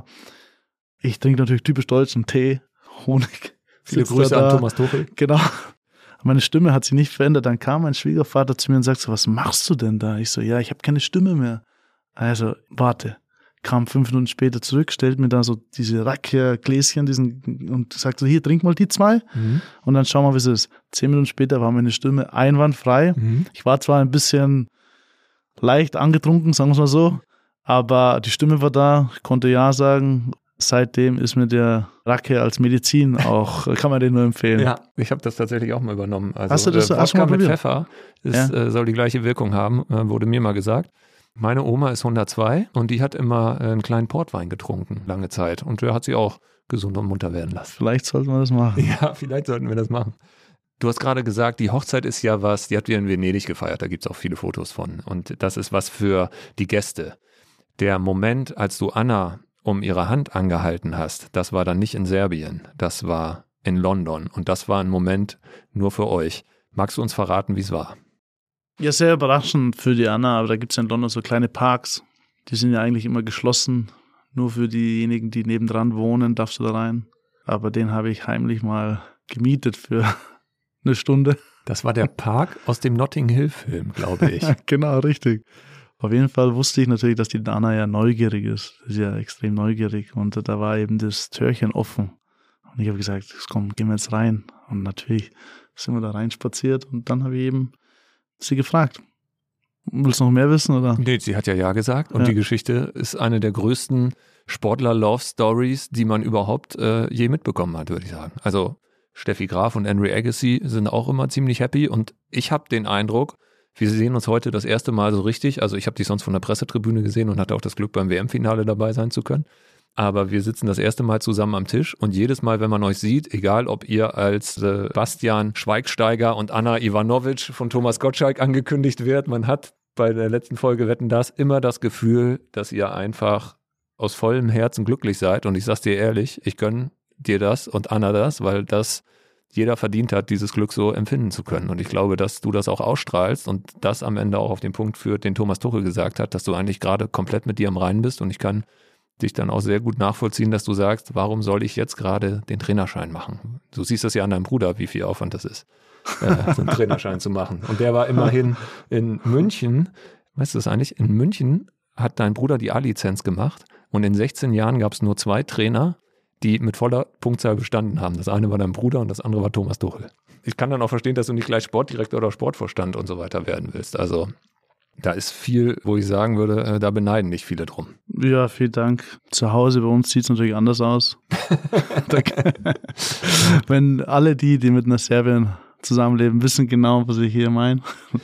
Ich trinke natürlich typisch deutschen Tee, Honig. Viele Grüße an Thomas Tuchel. Genau. Meine Stimme hat sich nicht verändert. Dann kam mein Schwiegervater zu mir und sagt so, was machst du denn da? Ich so, ja, ich habe keine Stimme mehr. Also, warte. Kam 5 Minuten später zurück, stellt mir da so diese Rakia-Gläschen und sagt so, hier, trink mal die 2 und dann schau mal, wie es ist. 10 Minuten später war meine Stimme einwandfrei. Ich war zwar ein bisschen leicht angetrunken, sagen wir es mal so, aber die Stimme war da, ich konnte ja sagen. Seitdem ist mir der Rakia als Medizin auch, kann man den nur empfehlen. Ja, ich habe das tatsächlich auch mal übernommen. Also, hast du das Wodka mit Pfeffer soll die gleiche Wirkung haben, wurde mir mal gesagt. Meine Oma ist 102 und die hat immer einen kleinen Portwein getrunken, lange Zeit. Und der hat sie auch gesund und munter werden lassen. Vielleicht sollten wir das machen. Ja, vielleicht sollten wir das machen. Du hast gerade gesagt, die Hochzeit ist ja was, die hat wir in Venedig gefeiert, da gibt es auch viele Fotos von. Und das ist was für die Gäste. Der Moment, als du Anna um ihre Hand angehalten hast, das war dann nicht in Serbien, das war in London und das war ein Moment nur für euch. Magst du uns verraten, wie es war? Ja, sehr überraschend für die Anna, aber da gibt es ja in London so kleine Parks, die sind ja eigentlich immer geschlossen, nur für diejenigen, die nebendran wohnen, darfst du da rein. Aber den habe ich heimlich mal gemietet für eine Stunde. Das war der Park aus dem Notting Hill-Film, glaube ich. Genau, richtig. Auf jeden Fall wusste ich natürlich, dass die Anna ja neugierig ist. Sie ist ja extrem neugierig. Und da war eben das Türchen offen. Und ich habe gesagt, komm, gehen wir jetzt rein. Und natürlich sind wir da rein spaziert. Und dann habe ich eben sie gefragt. Willst du noch mehr wissen, oder? Nee, sie hat ja gesagt. Und die Geschichte ist eine der größten Sportler-Love-Stories, die man überhaupt je mitbekommen hat, würde ich sagen. Also Steffi Graf und Henry Agassi sind auch immer ziemlich happy. Und ich habe den Eindruck, wir sehen uns heute das erste Mal so richtig. Also ich habe dich sonst von der Pressetribüne gesehen und hatte auch das Glück, beim WM-Finale dabei sein zu können. Aber wir sitzen das erste Mal zusammen am Tisch und jedes Mal, wenn man euch sieht, egal ob ihr als Bastian Schweigsteiger und Anna Ivanovic von Thomas Gottschalk angekündigt wird, man hat bei der letzten Folge Wetten, dass immer das Gefühl, dass ihr einfach aus vollem Herzen glücklich seid. Und ich sag's dir ehrlich, ich gönne dir das und Anna das, weil das jeder verdient hat, dieses Glück so empfinden zu können. Und ich glaube, dass du das auch ausstrahlst und das am Ende auch auf den Punkt führt, den Thomas Tuchel gesagt hat, dass du eigentlich gerade komplett mit dir im Reinen bist. Und ich kann dich dann auch sehr gut nachvollziehen, dass du sagst, warum soll ich jetzt gerade den Trainerschein machen? Du siehst das ja an deinem Bruder, wie viel Aufwand das ist, so einen Trainerschein zu machen. Und der war immerhin in München, weißt du das eigentlich? In München hat dein Bruder die A-Lizenz gemacht und in 16 Jahren gab es nur 2 Trainer, die mit voller Punktzahl bestanden haben. Das eine war dein Bruder und das andere war Thomas Tuchel. Ich kann dann auch verstehen, dass du nicht gleich Sportdirektor oder Sportvorstand und so weiter werden willst. Also da ist viel, wo ich sagen würde, da beneiden nicht viele drum. Ja, vielen Dank. Zu Hause bei uns sieht es natürlich anders aus. Wenn alle die mit einer Serbien zusammenleben, wissen genau, was ich hier meine.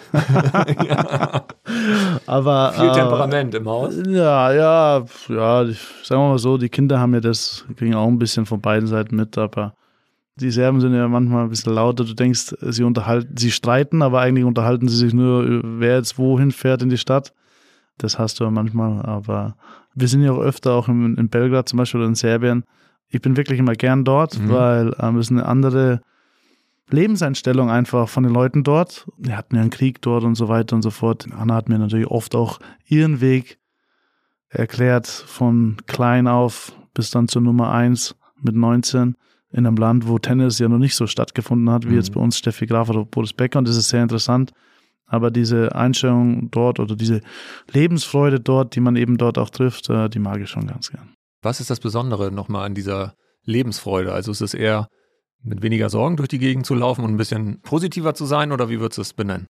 Ja. Aber viel Temperament im Haus. Ja, sagen wir mal so, die Kinder haben ja kriegen auch ein bisschen von beiden Seiten mit, aber die Serben sind ja manchmal ein bisschen lauter. Du denkst, sie streiten, aber eigentlich unterhalten sie sich nur, wer jetzt wohin fährt in die Stadt. Das hast du ja manchmal, aber wir sind ja auch öfter auch in Belgrad zum Beispiel oder in Serbien. Ich bin wirklich immer gern dort, weil es eine andere Lebenseinstellung einfach von den Leuten dort. Wir hatten ja einen Krieg dort und so weiter und so fort. Anna hat mir natürlich oft auch ihren Weg erklärt, von klein auf bis dann zur Nummer 1 mit 19 in einem Land, wo Tennis ja noch nicht so stattgefunden hat, wie jetzt bei uns Steffi Graf oder Boris Becker, und das ist sehr interessant. Aber diese Einstellung dort oder diese Lebensfreude dort, die man eben dort auch trifft, die mag ich schon ganz gern. Was ist das Besondere nochmal an dieser Lebensfreude? Also ist es eher mit weniger Sorgen durch die Gegend zu laufen und ein bisschen positiver zu sein, oder wie würdest du es benennen?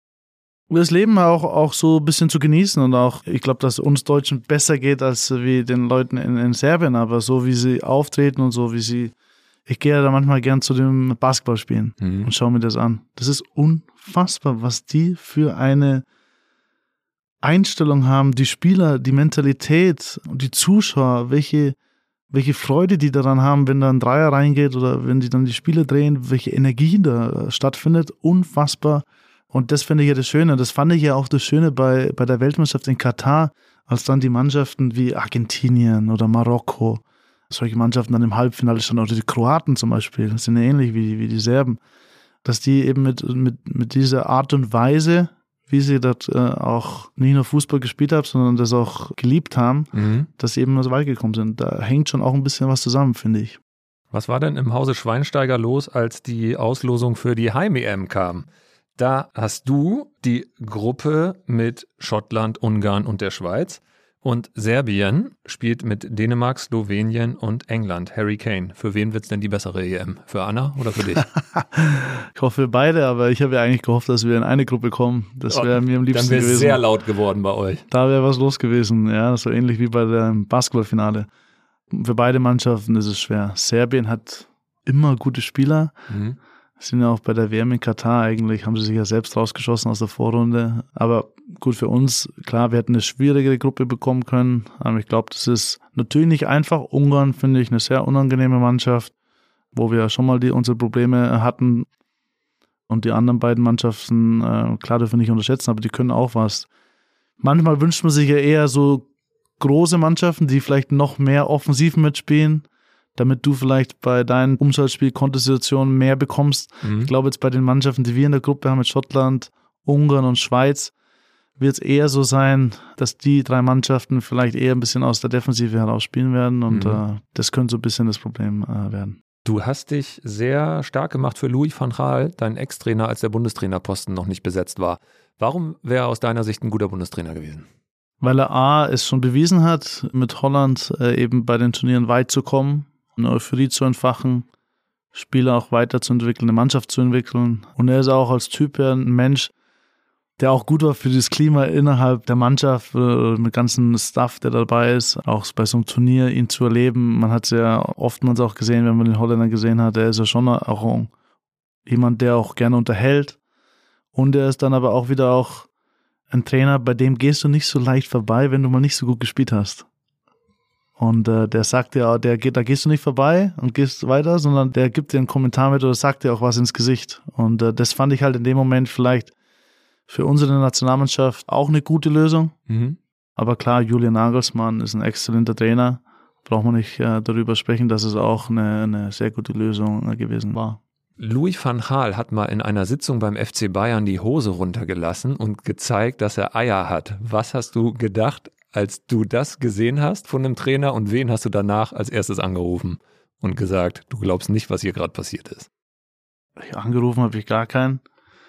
Das Leben auch so ein bisschen zu genießen, und auch, ich glaube, dass uns Deutschen besser geht als wie den Leuten in Serbien, aber so wie sie auftreten und so wie sie, ich gehe ja da manchmal gern zu dem Basketballspielen und schaue mir das an. Das ist unfassbar, was die für eine Einstellung haben, die Spieler, die Mentalität und die Zuschauer, welche Freude die daran haben, wenn da ein Dreier reingeht oder wenn die dann die Spiele drehen, welche Energie da stattfindet, unfassbar. Und das finde ich ja das Schöne. Das fand ich ja auch das Schöne bei der Weltmeisterschaft in Katar, als dann die Mannschaften wie Argentinien oder Marokko, solche Mannschaften dann im Halbfinale standen, oder die Kroaten zum Beispiel, das sind ja ähnlich wie die Serben, dass die eben mit dieser Art und Weise, wie sie dort auch nicht nur Fußball gespielt haben, sondern das auch geliebt haben, dass sie eben so weit gekommen sind. Da hängt schon auch ein bisschen was zusammen, finde ich. Was war denn im Hause Schweinsteiger los, als die Auslosung für die Heim-EM kam? Da hast du die Gruppe mit Schottland, Ungarn und der Schweiz. Und Serbien spielt mit Dänemark, Slowenien und England. Harry Kane. Für wen wird's denn die bessere EM? Für Anna oder für dich? Ich hoffe für beide, aber ich habe ja eigentlich gehofft, dass wir in eine Gruppe kommen. Das wäre mir am liebsten gewesen. Dann wäre es sehr laut geworden bei euch. Da wäre was los gewesen. Ja, so ähnlich wie bei dem Basketballfinale. Für beide Mannschaften ist es schwer. Serbien hat immer gute Spieler. Sind ja auch bei der WM in Katar eigentlich, haben sie sich ja selbst rausgeschossen aus der Vorrunde. Aber gut, für uns, klar, wir hätten eine schwierigere Gruppe bekommen können. Aber ich glaube, das ist natürlich nicht einfach. Ungarn finde ich eine sehr unangenehme Mannschaft, wo wir schon mal unsere Probleme hatten. Und die anderen beiden Mannschaften, klar, dürfen wir nicht unterschätzen, aber die können auch was. Manchmal wünscht man sich ja eher so große Mannschaften, die vielleicht noch mehr offensiv mitspielen, damit du vielleicht bei deinen Umschaltspiel-Kontosituationen mehr bekommst. Ich glaube, jetzt bei den Mannschaften, die wir in der Gruppe haben, mit Schottland, Ungarn und Schweiz, wird es eher so sein, dass die drei Mannschaften vielleicht eher ein bisschen aus der Defensive heraus spielen werden, und das könnte so ein bisschen das Problem werden. Du hast dich sehr stark gemacht für Louis van Gaal, dein Ex-Trainer, als der Bundestrainerposten noch nicht besetzt war. Warum wäre er aus deiner Sicht ein guter Bundestrainer gewesen? Weil er es schon bewiesen hat, mit Holland eben bei den Turnieren weit zu kommen, eine Euphorie zu entfachen, Spieler auch weiterzuentwickeln, eine Mannschaft zu entwickeln. Und er ist auch als Typ her ein Mensch, der auch gut war für das Klima innerhalb der Mannschaft, mit ganzen Staff, der dabei ist, auch bei so einem Turnier ihn zu erleben. Man hat es ja oftmals auch gesehen, wenn man den Holländer gesehen hat, er ist ja schon auch jemand, der auch gerne unterhält. Und er ist dann aber auch wieder auch ein Trainer, bei dem gehst du nicht so leicht vorbei, wenn du mal nicht so gut gespielt hast. Und der sagt dir, da gehst du nicht vorbei und gehst weiter, sondern der gibt dir einen Kommentar mit oder sagt dir auch was ins Gesicht. Und das fand ich halt in dem Moment vielleicht für unsere Nationalmannschaft auch eine gute Lösung. Aber klar, Julian Nagelsmann ist ein exzellenter Trainer. Braucht man nicht darüber sprechen, dass es auch eine sehr gute Lösung gewesen war. Louis van Gaal hat mal in einer Sitzung beim FC Bayern die Hose runtergelassen und gezeigt, dass er Eier hat. Was hast du gedacht, als du das gesehen hast von einem Trainer, und wen hast du danach als erstes angerufen und gesagt, du glaubst nicht, was hier gerade passiert ist? Angerufen habe ich gar keinen.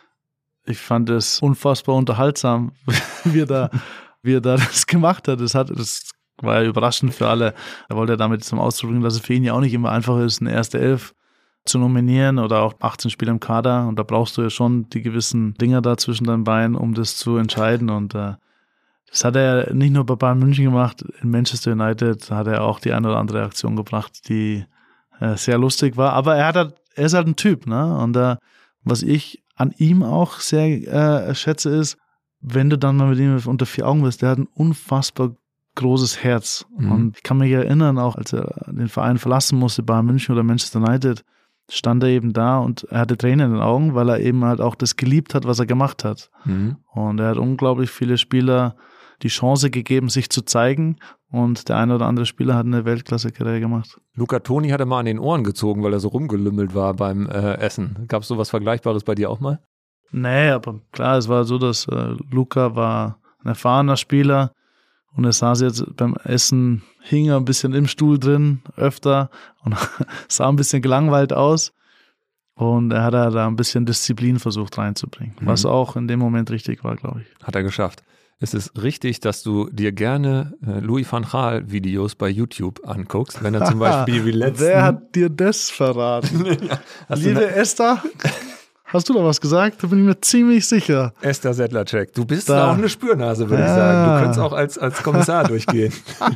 Ich fand es unfassbar unterhaltsam, wie er da das gemacht hat. Das war ja überraschend für alle. Er wollte damit zum Ausdruck bringen, dass es für ihn ja auch nicht immer einfach ist, eine erste Elf zu nominieren oder auch 18 Spieler im Kader. Und da brauchst du ja schon die gewissen Dinger da zwischen deinen Beinen, um das zu entscheiden. Und das hat er nicht nur bei Bayern München gemacht, in Manchester United hat er auch die eine oder andere Aktion gebracht, die sehr lustig war. Aber er ist halt ein Typ, ne? Und was ich an ihm auch sehr schätze ist, wenn du dann mal mit ihm unter vier Augen bist, der hat ein unfassbar großes Herz. Und ich kann mich erinnern, auch als er den Verein verlassen musste, Bayern München oder Manchester United, stand er eben da und er hatte Tränen in den Augen, weil er eben halt auch das geliebt hat, was er gemacht hat. Und er hat unglaublich viele Spieler die Chance gegeben, sich zu zeigen, und der eine oder andere Spieler hat eine Weltklasse-Karriere gemacht. Luca Toni hat er mal an den Ohren gezogen, weil er so rumgelümmelt war beim Essen. Gab es sowas Vergleichbares bei dir auch mal? Nee, aber klar, es war so, dass Luca war ein erfahrener Spieler und er saß jetzt beim Essen, hing er ein bisschen im Stuhl drin, öfter, und sah ein bisschen gelangweilt aus. Und er hat da ein bisschen Disziplin versucht reinzubringen, was auch in dem Moment richtig war, glaube ich. Hat er geschafft. Es ist richtig, dass du dir gerne Louis van Gaal Videos bei YouTube anguckst, wenn er zum Beispiel wie letzten... Wer hat dir das verraten? Liebe Esther, hast du da was gesagt? Da bin ich mir ziemlich sicher. Esther Sedlacek, du bist da auch eine Spürnase, würde ich sagen. Du könntest auch als Kommissar durchgehen.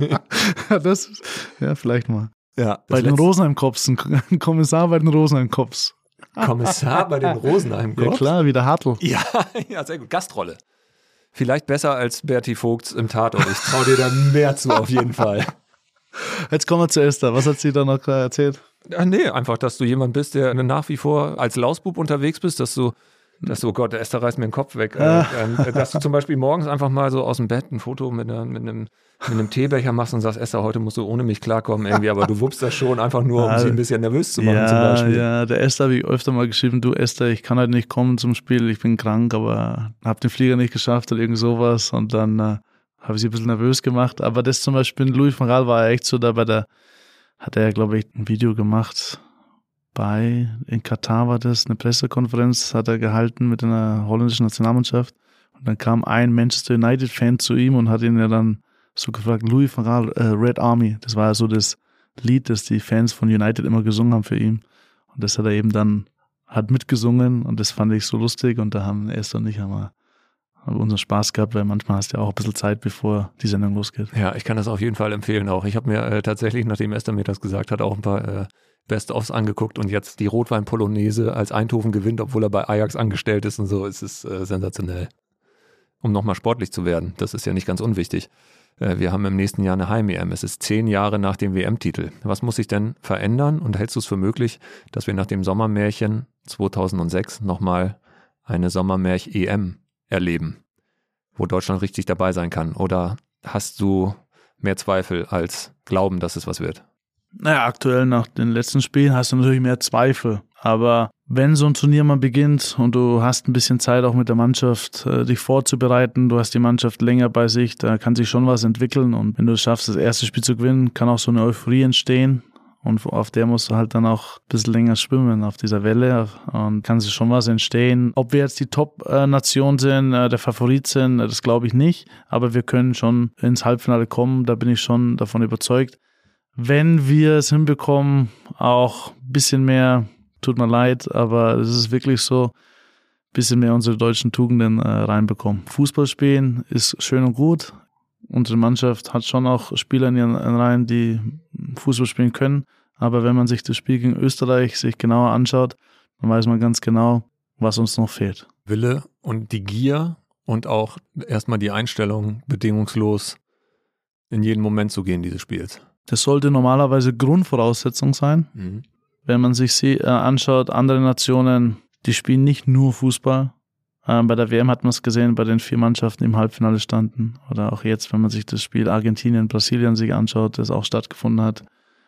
Ja, vielleicht mal. Ja, bei den Rosenheim-Cops, ein Kommissar bei den Rosenheim-Cops. Kommissar bei den Rosenheim-Cops? Ja klar, wie der Hartl. Ja, sehr gut. Gastrolle. Vielleicht besser als Berti Vogts im Tatort. Ich traue dir da mehr zu, auf jeden Fall. Jetzt kommen wir zu Esther. Was hat sie da noch erzählt? Nee, einfach, dass du jemand bist, der nach wie vor als Lausbub unterwegs bist, dass du, oh Gott, der Esther reißt mir den Kopf weg. Dass du zum Beispiel morgens einfach mal so aus dem Bett ein Foto mit einem Teebecher machst und sagst, Esther, heute musst du ohne mich klarkommen irgendwie, aber du wuppst das schon einfach nur, um sie ein bisschen nervös zu machen zum Beispiel. Ja, der Esther habe ich öfter mal geschrieben, du Esther, ich kann heute nicht kommen zum Spiel, ich bin krank, aber habe den Flieger nicht geschafft oder irgend sowas, und dann habe ich sie ein bisschen nervös gemacht. Aber das zum Beispiel, Louis van Gaal war ja echt so, hat er, glaube ich, ein Video gemacht in Katar war das, eine Pressekonferenz hat er gehalten mit einer holländischen Nationalmannschaft, und dann kam ein Manchester United-Fan zu ihm und hat ihn ja dann so gefragt, Louis van Gaal, Red Army, das war ja so das Lied, das die Fans von United immer gesungen haben für ihn, und das hat er eben dann, hat mitgesungen, und das fand ich so lustig, und da haben Esther und ich haben unseren Spaß gehabt, weil manchmal hast du ja auch ein bisschen Zeit, bevor die Sendung losgeht. Ja, ich kann das auf jeden Fall empfehlen auch. Ich habe mir tatsächlich, nachdem Esther mir das gesagt hat, auch ein paar Best-ofs angeguckt, und jetzt die Rotwein-Polonaise als Eindhoven gewinnt, obwohl er bei Ajax angestellt ist und so, es ist sensationell. Um nochmal sportlich zu werden, das ist ja nicht ganz unwichtig. Wir haben im nächsten Jahr eine Heim-EM. Es ist 10 Jahre nach dem WM-Titel. Was muss sich denn verändern, und hältst du es für möglich, dass wir nach dem Sommermärchen 2006 nochmal eine Sommermärchen-EM erleben, wo Deutschland richtig dabei sein kann? Oder hast du mehr Zweifel als Glauben, dass es was wird? Naja, aktuell nach den letzten Spielen hast du natürlich mehr Zweifel. Aber wenn so ein Turnier mal beginnt und du hast ein bisschen Zeit auch mit der Mannschaft, dich vorzubereiten, du hast die Mannschaft länger bei sich, da kann sich schon was entwickeln. Und wenn du es schaffst, das erste Spiel zu gewinnen, kann auch so eine Euphorie entstehen. Und auf der musst du halt dann auch ein bisschen länger schwimmen, auf dieser Welle. Und kann sich schon was entstehen. Ob wir jetzt die Top-Nation sind, der Favorit sind, das glaube ich nicht. Aber wir können schon ins Halbfinale kommen, da bin ich schon davon überzeugt. Wenn wir es hinbekommen, auch ein bisschen mehr, tut mir leid, aber es ist wirklich so, ein bisschen mehr unsere deutschen Tugenden reinbekommen. Fußball spielen ist schön und gut. Unsere Mannschaft hat schon auch Spieler in ihren Reihen, die Fußball spielen können. Aber wenn man sich das Spiel gegen Österreich sich genauer anschaut, dann weiß man ganz genau, was uns noch fehlt. Wille und die Gier und auch erstmal die Einstellung, bedingungslos in jeden Moment zu gehen dieses Spiels. Das sollte normalerweise Grundvoraussetzung sein. Wenn man sich anschaut, andere Nationen, die spielen nicht nur Fußball. Bei der WM hat man es gesehen, bei den 4 Mannschaften im Halbfinale standen. Oder auch jetzt, wenn man sich das Spiel Argentinien-Brasilien sich anschaut, das auch stattgefunden hat.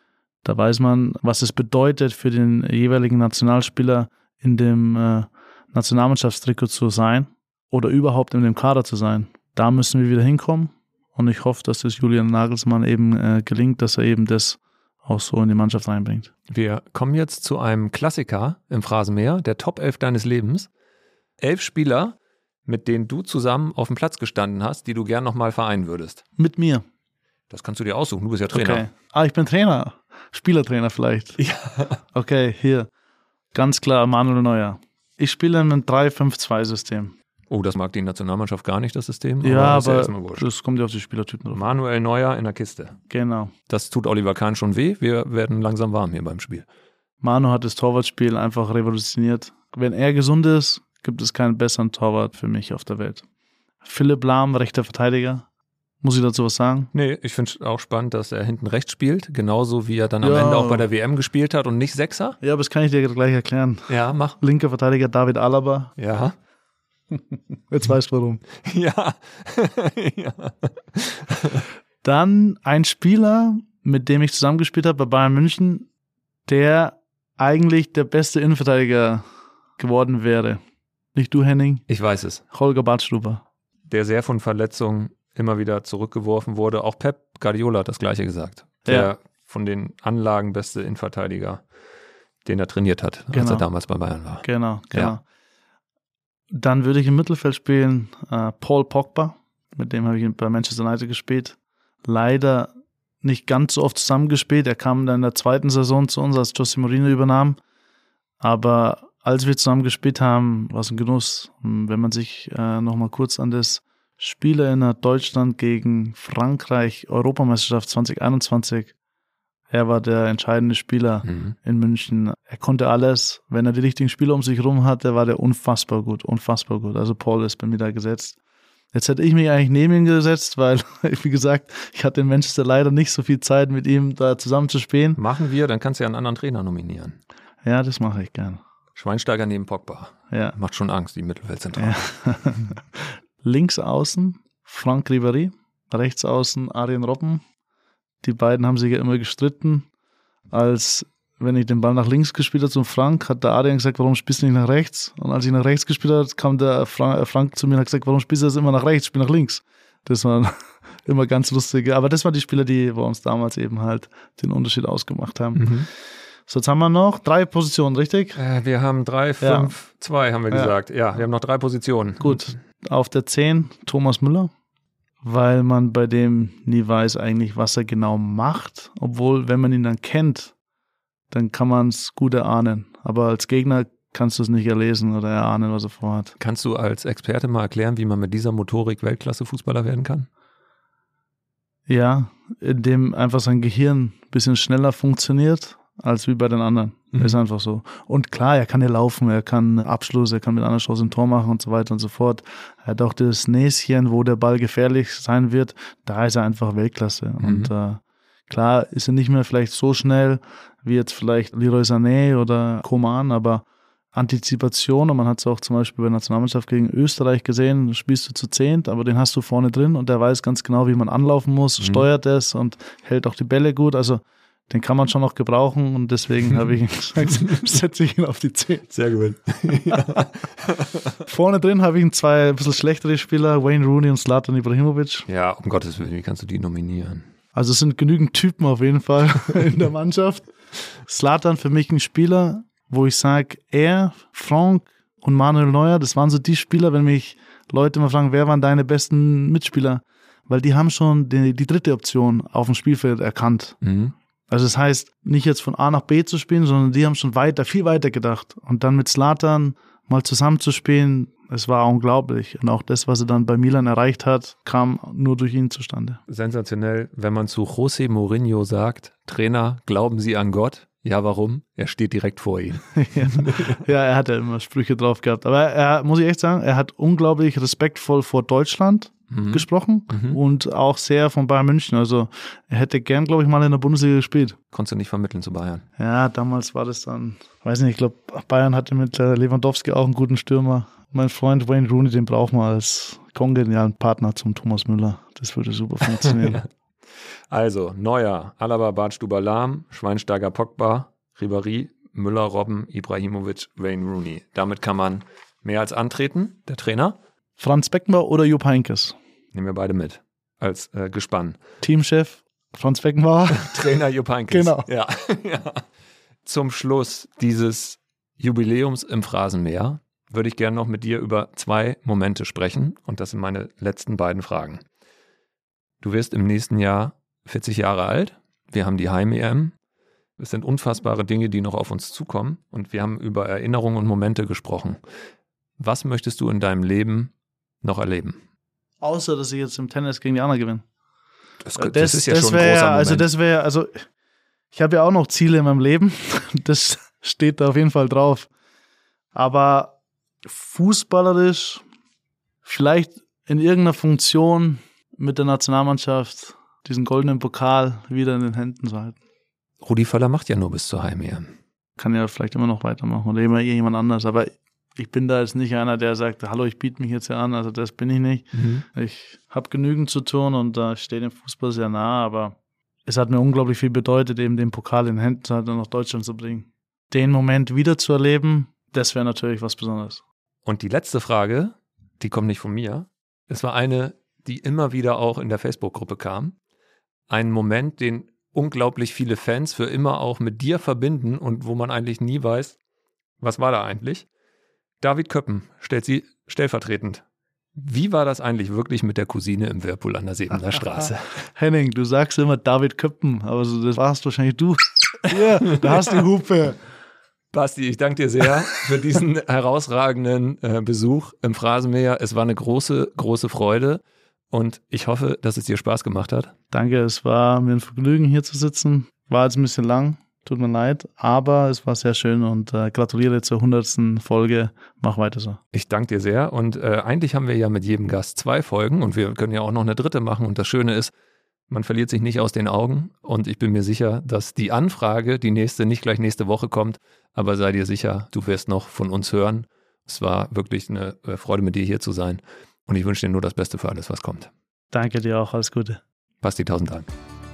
Da weiß man, was es bedeutet für den jeweiligen Nationalspieler in dem Nationalmannschaftstrikot zu sein oder überhaupt in dem Kader zu sein. Da müssen wir wieder hinkommen. Und ich hoffe, dass es Julian Nagelsmann eben gelingt, dass er eben das auch so in die Mannschaft reinbringt. Wir kommen jetzt zu einem Klassiker im Phrasenmäher, der Top 11 deines Lebens. 11 Spieler, mit denen du zusammen auf dem Platz gestanden hast, die du gern nochmal vereinen würdest. Mit mir. Das kannst du dir aussuchen, du bist ja Trainer. Okay. Ich bin Trainer. Spielertrainer vielleicht. Ja. Okay, hier. Ganz klar, Manuel Neuer. Ich spiele in einem 3-5-2-System. Oh, das mag die Nationalmannschaft gar nicht, das System. Ja, aber das kommt ja auf die Spielertypen drauf. Manuel Neuer in der Kiste. Genau. Das tut Oliver Kahn schon weh. Wir werden langsam warm hier beim Spiel. Manu hat das Torwartspiel einfach revolutioniert. Wenn er gesund ist, gibt es keinen besseren Torwart für mich auf der Welt. Philipp Lahm, rechter Verteidiger. Muss ich dazu was sagen? Nee, ich finde es auch spannend, dass er hinten rechts spielt, genauso wie er dann am Ende auch bei der WM gespielt hat und nicht Sechser. Ja, aber das kann ich dir gleich erklären. Ja, mach. Linker Verteidiger David Alaba. Ja. Jetzt weißt du warum. Ja. Ja. Dann ein Spieler, mit dem ich zusammengespielt habe bei Bayern München, der eigentlich der beste Innenverteidiger geworden wäre. Nicht du, Henning? Ich weiß es. Holger Badstuber. Der sehr von Verletzungen immer wieder zurückgeworfen wurde. Auch Pep Guardiola hat das Gleiche gesagt. Der von den Anlagen beste Innenverteidiger, den er trainiert hat, als er damals bei Bayern war. Genau. Dann würde ich im Mittelfeld spielen Paul Pogba. Mit dem habe ich bei Manchester United gespielt. Leider nicht ganz so oft zusammengespielt. Er kam dann in der zweiten Saison zu uns, als José Mourinho übernahm. Aber als wir zusammen gespielt haben, war es ein Genuss. Wenn man sich nochmal kurz an das Spiel erinnert, Deutschland gegen Frankreich, Europameisterschaft 2021. Er war der entscheidende Spieler in München. Er konnte alles. Wenn er die richtigen Spieler um sich herum hatte, war der unfassbar gut. Also Paul ist bei mir da gesetzt. Jetzt hätte ich mich eigentlich neben ihn gesetzt, weil, wie gesagt, ich hatte in Manchester leider nicht so viel Zeit, mit ihm da zusammen zu spielen. Machen wir, dann kannst du ja einen anderen Trainer nominieren. Ja, das mache ich gern. Schweinsteiger neben Pogba. Ja. Macht schon Angst, die Mittelfeldzentrale. Ja. Links außen Franck Ribéry, rechts außen Arjen Robben. Die beiden haben sich ja immer gestritten, als wenn ich den Ball nach links gespielt habe zum Frank, hat der Arjen gesagt, warum spielst du nicht nach rechts? Und als ich nach rechts gespielt habe, kam der Frank zu mir und hat gesagt, warum spielst du das immer nach rechts, spiel nach links? Das war immer ganz lustig. Aber das waren die Spieler, die bei uns damals eben halt den Unterschied ausgemacht haben. So, jetzt haben wir noch 3 Positionen, richtig? Wir haben 3, 5, 2 haben wir gesagt. Ja, wir haben noch 3 Positionen. Gut, auf der 10 Thomas Müller, weil man bei dem nie weiß eigentlich, was er genau macht. Obwohl, wenn man ihn dann kennt, dann kann man es gut erahnen. Aber als Gegner kannst du es nicht erlesen oder erahnen, was er vorhat. Kannst du als Experte mal erklären, wie man mit dieser Motorik Weltklasse-Fußballer werden kann? Ja, indem einfach sein Gehirn ein bisschen schneller funktioniert als wie bei den anderen. Ist einfach so. Und klar, er kann ja laufen, er kann Abschluss, er kann mit einer Chance ein Tor machen und so weiter und so fort. Er hat auch das Näschen, wo der Ball gefährlich sein wird, da ist er einfach Weltklasse. Und klar ist er nicht mehr vielleicht so schnell wie jetzt vielleicht Leroy Sané oder Coman, aber Antizipation, und man hat es auch zum Beispiel bei der Nationalmannschaft gegen Österreich gesehen, spielst du zu 10, aber den hast du vorne drin und der weiß ganz genau, wie man anlaufen muss, steuert es und hält auch die Bälle gut, also den kann man schon noch gebrauchen und deswegen habe ich gesagt, setze ich ihn auf die 10. Sehr gut. Vorne drin habe ich 2 ein bisschen schlechtere Spieler, Wayne Rooney und Zlatan Ibrahimovic. Ja, um Gottes Willen, wie kannst du die nominieren? Also es sind genügend Typen auf jeden Fall in der Mannschaft. Zlatan für mich ein Spieler, wo ich sage, er, Franck und Manuel Neuer, das waren so die Spieler, wenn mich Leute mal fragen, wer waren deine besten Mitspieler? Weil die haben schon die dritte Option auf dem Spielfeld erkannt. Also das heißt, nicht jetzt von A nach B zu spielen, sondern die haben schon viel weiter gedacht. Und dann mit Zlatan mal zusammenzuspielen, es war unglaublich. Und auch das, was er dann bei Milan erreicht hat, kam nur durch ihn zustande. Sensationell, wenn man zu José Mourinho sagt, Trainer, glauben Sie an Gott? Ja, warum? Er steht direkt vor Ihnen. Ja, er hat ja immer Sprüche drauf gehabt. Aber er, muss ich echt sagen, er hat unglaublich respektvoll vor Deutschland gesprochen und auch sehr von Bayern München. Also er hätte gern, glaube ich, mal in der Bundesliga gespielt. Konntest du nicht vermitteln zu Bayern? Ja, damals war das dann, weiß nicht, ich glaube, Bayern hatte mit Lewandowski auch einen guten Stürmer. Mein Freund Wayne Rooney, den brauchen wir als kongenialen Partner zum Thomas Müller. Das würde super funktionieren. Also, Neuer, Alaba, Badstuber, Lahm, Schweinsteiger, Pogba, Ribéry, Müller, Robben, Ibrahimovic, Wayne Rooney. Damit kann man mehr als antreten, der Trainer. Franz Beckenbauer oder Jupp Heynckes? Nehmen wir beide mit, als Gespann. Teamchef Franz Beckenbauer. Trainer Jupp Heynckes. Genau. Ja. Zum Schluss dieses Jubiläums im Phrasenmäher würde ich gerne noch mit dir über 2 Momente sprechen. Und das sind meine letzten beiden Fragen. Du wirst im nächsten Jahr 40 Jahre alt. Wir haben die Heim-EM. Es sind unfassbare Dinge, die noch auf uns zukommen. Und wir haben über Erinnerungen und Momente gesprochen. Was möchtest du in deinem Leben noch erleben? Außer, dass ich jetzt im Tennis gegen die anderen gewinne. Das ist ja schon ein großer Moment. Ich habe ja auch noch Ziele in meinem Leben. Das steht da auf jeden Fall drauf. Aber fußballerisch, vielleicht in irgendeiner Funktion mit der Nationalmannschaft diesen goldenen Pokal wieder in den Händen zu halten. Rudi Völler macht ja nur bis zur Heim-EM. Kann ja vielleicht immer noch weitermachen oder immer jemand anders. Aber ich bin da jetzt nicht einer, der sagt, hallo, ich biete mich jetzt hier an. Also das bin ich nicht. Ich habe genügend zu tun und da steht dem Fußball sehr nah. Aber es hat mir unglaublich viel bedeutet, eben den Pokal in den Händen zu halten und nach Deutschland zu bringen. Den Moment wieder zu erleben, das wäre natürlich was Besonderes. Und die letzte Frage, die kommt nicht von mir. Es war eine, die immer wieder auch in der Facebook-Gruppe kam. Ein Moment, den unglaublich viele Fans für immer auch mit dir verbinden und wo man eigentlich nie weiß, was war da eigentlich? David Köppen stellt sie stellvertretend. Wie war das eigentlich wirklich mit der Cousine im Whirlpool an der Sebener Straße? Henning, du sagst immer David Köppen, aber das warst wahrscheinlich du. Ja, da hast du die Hupe. Basti, ich danke dir sehr für diesen herausragenden Besuch im Phrasenmäher. Es war eine große, große Freude und ich hoffe, dass es dir Spaß gemacht hat. Danke, es war mir ein Vergnügen, hier zu sitzen. War jetzt ein bisschen lang, tut mir leid, aber es war sehr schön und gratuliere zur 100. Folge. Mach weiter so. Ich danke dir sehr und eigentlich haben wir ja mit jedem Gast 2 Folgen und wir können ja auch noch eine 3. machen und das Schöne ist, man verliert sich nicht aus den Augen und ich bin mir sicher, dass die Anfrage, die nächste, nicht gleich nächste Woche kommt, aber sei dir sicher, du wirst noch von uns hören. Es war wirklich eine Freude, mit dir hier zu sein und ich wünsche dir nur das Beste für alles, was kommt. Danke dir auch, alles Gute. Basti, 1000 Dank.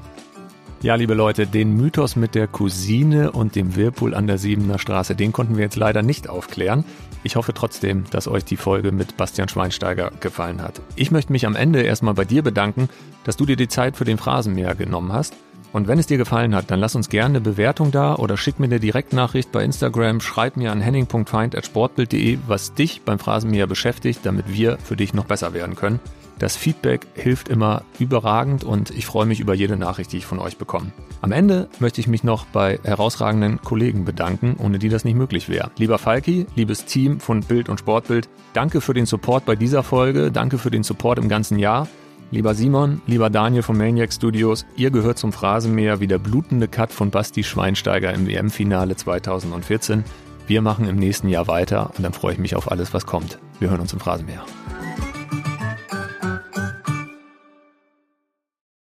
Ja, liebe Leute, den Mythos mit der Cousine und dem Whirlpool an der Siebener Straße, den konnten wir jetzt leider nicht aufklären. Ich hoffe trotzdem, dass euch die Folge mit Bastian Schweinsteiger gefallen hat. Ich möchte mich am Ende erstmal bei dir bedanken, dass du dir die Zeit für den Phrasenmäher genommen hast. Und wenn es dir gefallen hat, dann lass uns gerne eine Bewertung da oder schick mir eine Direktnachricht bei Instagram, schreib mir an henning.feind@sportbild.de, was dich beim Phrasenmäher beschäftigt, damit wir für dich noch besser werden können. Das Feedback hilft immer überragend und ich freue mich über jede Nachricht, die ich von euch bekomme. Am Ende möchte ich mich noch bei herausragenden Kollegen bedanken, ohne die das nicht möglich wäre. Lieber Falki, liebes Team von Bild und Sportbild, danke für den Support bei dieser Folge, danke für den Support im ganzen Jahr. Lieber Simon, lieber Daniel von Maniac Studios, ihr gehört zum Phrasenmäher wie der blutende Cut von Basti Schweinsteiger im WM-Finale 2014. Wir machen im nächsten Jahr weiter und dann freue ich mich auf alles, was kommt. Wir hören uns im Phrasenmäher.